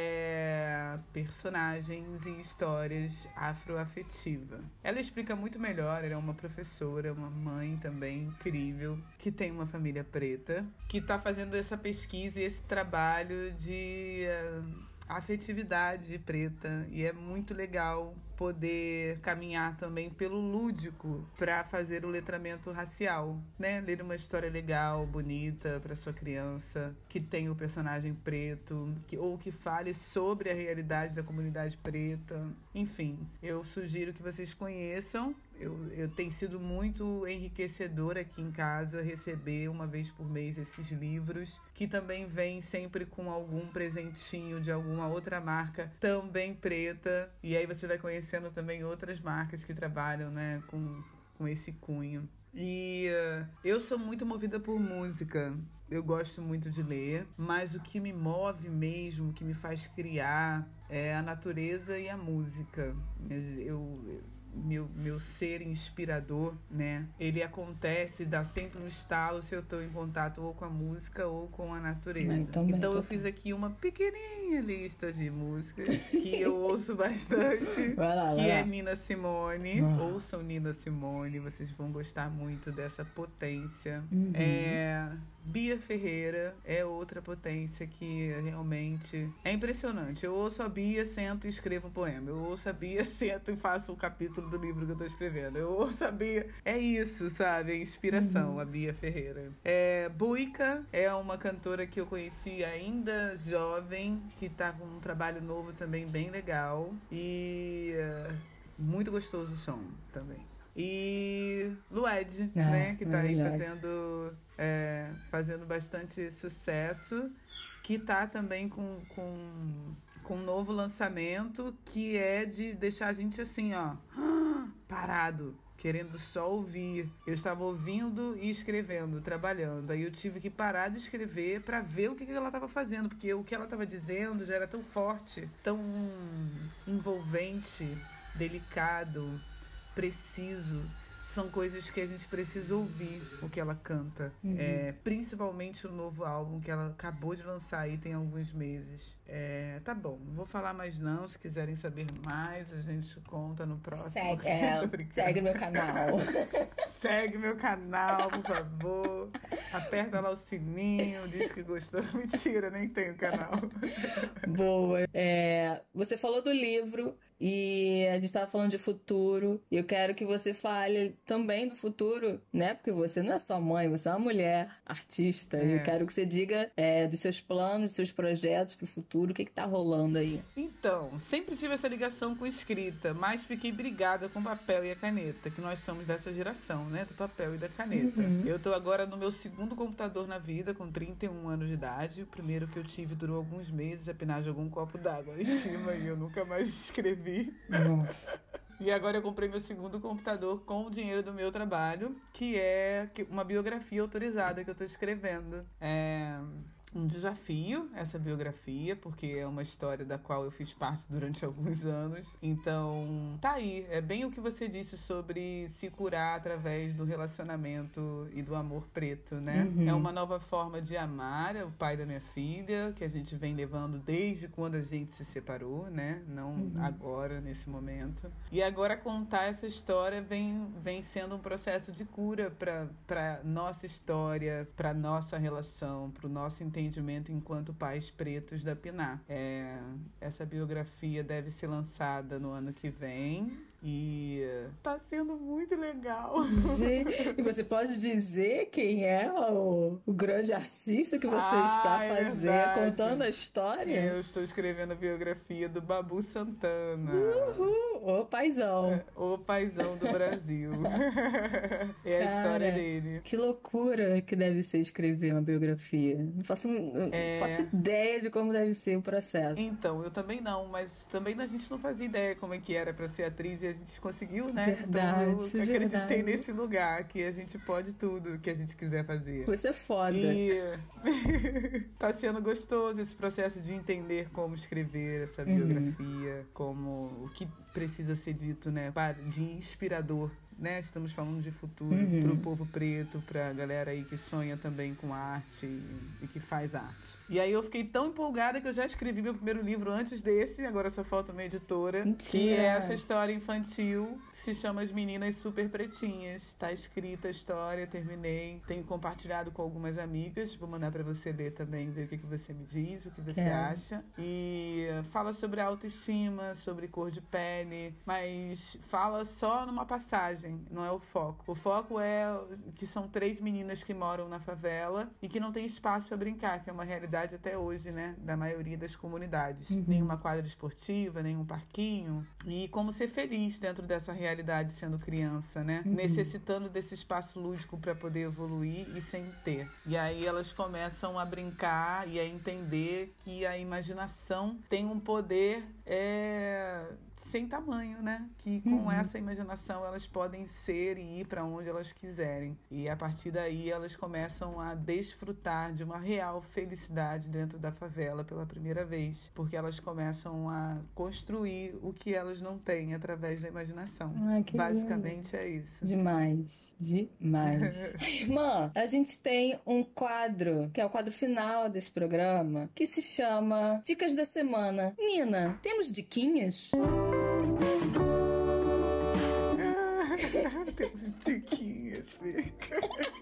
é, personagens e histórias afroafetivas. Ela explica muito melhor, ela é uma professora, uma mãe também incrível, que tem uma família preta, que está fazendo essa pesquisa e esse trabalho de uh, afetividade preta, e é muito legal poder caminhar também pelo lúdico para fazer o letramento racial, né? Ler uma história legal, bonita para sua criança, que tenha o personagem preto, que, ou que fale sobre a realidade da comunidade preta. Enfim, eu sugiro que vocês conheçam. Eu, eu tenho sido muito enriquecedor aqui em casa receber uma vez por mês esses livros, que também vêm sempre com algum presentinho de alguma outra marca também preta, e aí você vai conhecendo também outras marcas que trabalham, né, com, com esse cunho. E uh, eu sou muito movida por música. Eu gosto muito de ler, mas o que me move mesmo, o que me faz criar, é a natureza e a música. Eu... eu Meu, meu ser inspirador, né? Ele acontece, dá sempre um estalo se eu estou em contato ou com a música ou com a natureza. Ah, então, então eu então. fiz aqui uma pequenininha lista de músicas que eu ouço bastante, Vai lá, vai que lá. é Nina Simone. Ah. Ouçam Nina Simone, vocês vão gostar muito dessa potência. Uhum. É... Bia Ferreira é outra potência que realmente é impressionante. Eu ouço a Bia, sento e escrevo um poema. Eu ouço a Bia, sento e faço um capítulo do livro que eu tô escrevendo. Eu ouço a Bia. É isso, sabe? É inspiração, uhum. A Bia Ferreira. É, Buica é uma cantora que eu conheci ainda jovem, que tá com um trabalho novo também bem legal. E uh, muito gostoso o som também. E Lued, ah, né, que tá aí fazendo, é, fazendo bastante sucesso, que tá também com, com, com um novo lançamento, que é de deixar a gente assim, ó, parado, querendo só ouvir. Eu estava ouvindo e escrevendo, trabalhando. Aí eu tive que parar de escrever para ver o que ela estava fazendo, porque o que ela estava dizendo já era tão forte, tão envolvente, delicado, preciso. São coisas que a gente precisa ouvir o que ela canta. Uhum. É, principalmente o novo álbum que ela acabou de lançar aí tem alguns meses. É, tá bom, não vou falar mais não. Se quiserem saber mais, a gente conta no próximo. Segue, é, segue meu canal. Segue meu canal, por favor. Aperta lá o sininho, diz que gostou. Mentira, nem tenho canal. Boa. É, você falou do livro e a gente estava falando de futuro. E eu quero que você fale também do futuro, né? Porque você não é só mãe, você é uma mulher artista. É. E eu quero que você diga é, dos seus planos, dos seus projetos para o futuro, o que que tá rolando aí? Então, sempre tive essa ligação com escrita, mas fiquei brigada com o papel e a caneta, que nós somos dessa geração, né? Do papel e da caneta. Uhum. Eu tô agora no meu segundo computador na vida, com trinta e um anos de idade. O primeiro que eu tive durou alguns meses, apenas jogou um copo d'água em cima e eu nunca mais escrevi. Nossa. E agora eu comprei meu segundo computador com o dinheiro do meu trabalho, que é uma biografia autorizada que eu tô escrevendo. É um desafio essa biografia, porque é uma história da qual eu fiz parte durante alguns anos. Então, tá aí. É bem o que você disse sobre se curar através do relacionamento e do amor preto, né? Uhum. É uma nova forma de amar o pai da minha filha, que a gente vem levando desde quando a gente se separou, né? Não uhum. agora, nesse momento. E agora contar essa história vem, vem sendo um processo de cura para para nossa história, para nossa relação, para o nosso entendimento entendimento enquanto pais pretos da Pinar. É, essa biografia deve ser lançada no ano que vem. E tá sendo muito legal. Gente, e você pode dizer quem é o, o grande artista que você ah, está é fazendo, verdade. contando a história? Eu estou escrevendo a biografia do Babu Santana. Uhul, o paizão. É, o paizão do Brasil. É a Cara, história dele. Que loucura que deve ser escrever uma biografia. Não faço, não É... faço ideia de como deve ser o processo. Então, eu também não, mas também a gente não fazia ideia como é que era pra ser atriz e a gente conseguiu, né? Verdade, então eu acreditei verdade. nesse lugar que a gente pode tudo que a gente quiser fazer. Você é foda. E tá sendo gostoso esse processo de entender como escrever essa biografia, uhum. como o que precisa ser dito, né? De inspirador. Né? Estamos falando de futuro uhum. para o povo preto, para a galera aí que sonha também com arte e, e que faz arte. E aí eu fiquei tão empolgada que eu já escrevi meu primeiro livro antes desse, agora só falta uma editora, Mentira. que é essa história infantil que se chama As Meninas Super Pretinhas. Tá escrita a história, terminei, tenho compartilhado com algumas amigas, vou mandar para você ler também, ver o que, que você me diz, o que você é. acha. E fala sobre autoestima, sobre cor de pele, mas fala só numa passagem. Não é o foco. O foco é que são três meninas que moram na favela e que não tem espaço para brincar, que é uma realidade até hoje, né, da maioria das comunidades. Uhum. Nenhuma quadra esportiva, nenhum parquinho. E como ser feliz dentro dessa realidade sendo criança, né? Uhum. Necessitando desse espaço lúdico para poder evoluir e sem ter. E aí elas começam a brincar e a entender que a imaginação tem um poder é... sem tamanho, né? Que com uhum. essa imaginação elas podem ser e ir para onde elas quiserem. E a partir daí elas começam a desfrutar de uma real felicidade dentro da favela pela primeira vez. Porque elas começam a construir o que elas não têm através da imaginação. Ai, que Basicamente lindo. É isso. Demais. Demais. Irmã, a gente tem um quadro, que é o quadro final desse programa, que se chama Dicas da Semana. Nina, temos diquinhas? Temos diquinhas, fica.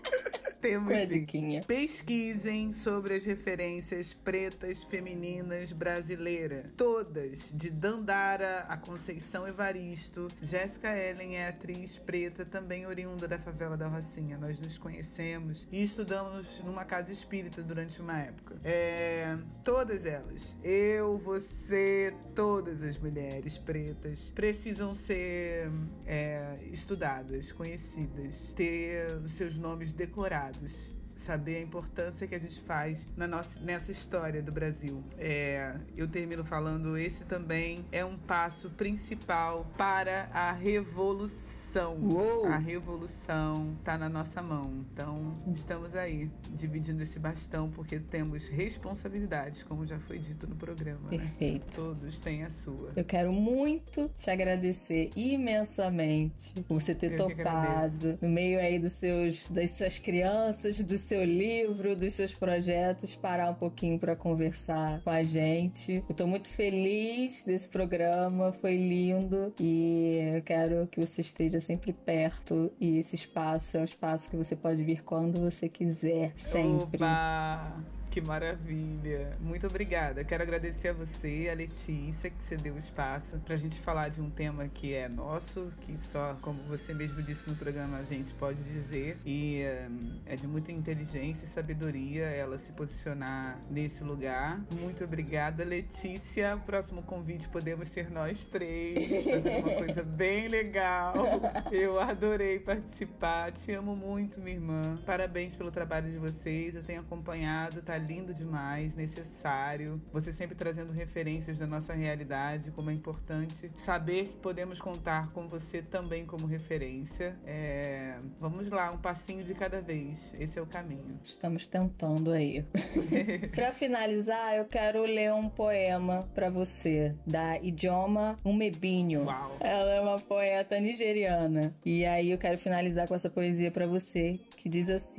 Temos Qual é a sim. diquinha? Pesquisem sobre as referências pretas femininas brasileiras. Todas, de Dandara a Conceição Evaristo. Jéssica Ellen é atriz preta, também oriunda da favela da Rocinha. Nós nos conhecemos e estudamos numa casa espírita durante uma época. É, todas elas, eu, você, todas as mulheres pretas precisam ser é, estudadas, conhecidas, ter os seus nomes decorados. Saber a importância que a gente faz na nossa, nessa história do Brasil. É, eu termino falando, esse também é um passo principal para a revolução. Uou. A revolução está na nossa mão. Então, estamos aí, dividindo esse bastão, porque temos responsabilidades, como já foi dito no programa. Perfeito. Né? Todos têm a sua. Eu quero muito te agradecer imensamente por você ter eu topado no meio aí dos seus, das suas crianças, dos seu livro, dos seus projetos, parar um pouquinho para conversar com a gente. Eu tô muito feliz desse programa, foi lindo e eu quero que você esteja sempre perto e esse espaço é um espaço que você pode vir quando você quiser, sempre. Opa! Que maravilha. Muito obrigada. Quero agradecer a você, a Letícia, que você deu espaço pra gente falar de um tema que é nosso, que só, como você mesmo disse no programa, a gente pode dizer. E um, é de muita inteligência e sabedoria ela se posicionar nesse lugar. Muito obrigada, Letícia. Próximo convite podemos ser nós três, fazer uma coisa bem legal. Eu adorei participar. Te amo muito, minha irmã. Parabéns pelo trabalho de vocês. Eu tenho acompanhado, tá lindo demais, necessário. Você sempre trazendo referências da nossa realidade, como é importante saber que podemos contar com você também como referência. É... Vamos lá, um passinho de cada vez. Esse é o caminho. Estamos tentando aí. Para finalizar, eu quero ler um poema para você, da Ijeoma Umebinyo. Uau. Ela é uma poeta nigeriana. E aí eu quero finalizar com essa poesia para você, que diz assim: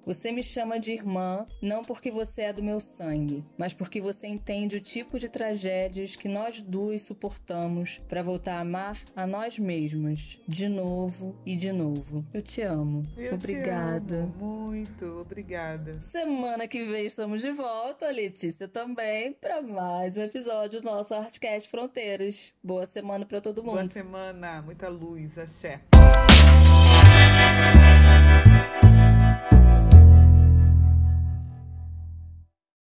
Você me chama de irmã, não porque você é do meu sangue, mas porque você entende o tipo de tragédias que nós duas suportamos para voltar a amar a nós mesmas, de novo e de novo. Eu te amo. Eu Obrigada. Te amo muito, obrigada. Semana que vem estamos de volta, Letícia também, para mais um episódio do nosso Artcast Fronteiras. Boa semana para todo mundo. Boa semana, muita luz, axé.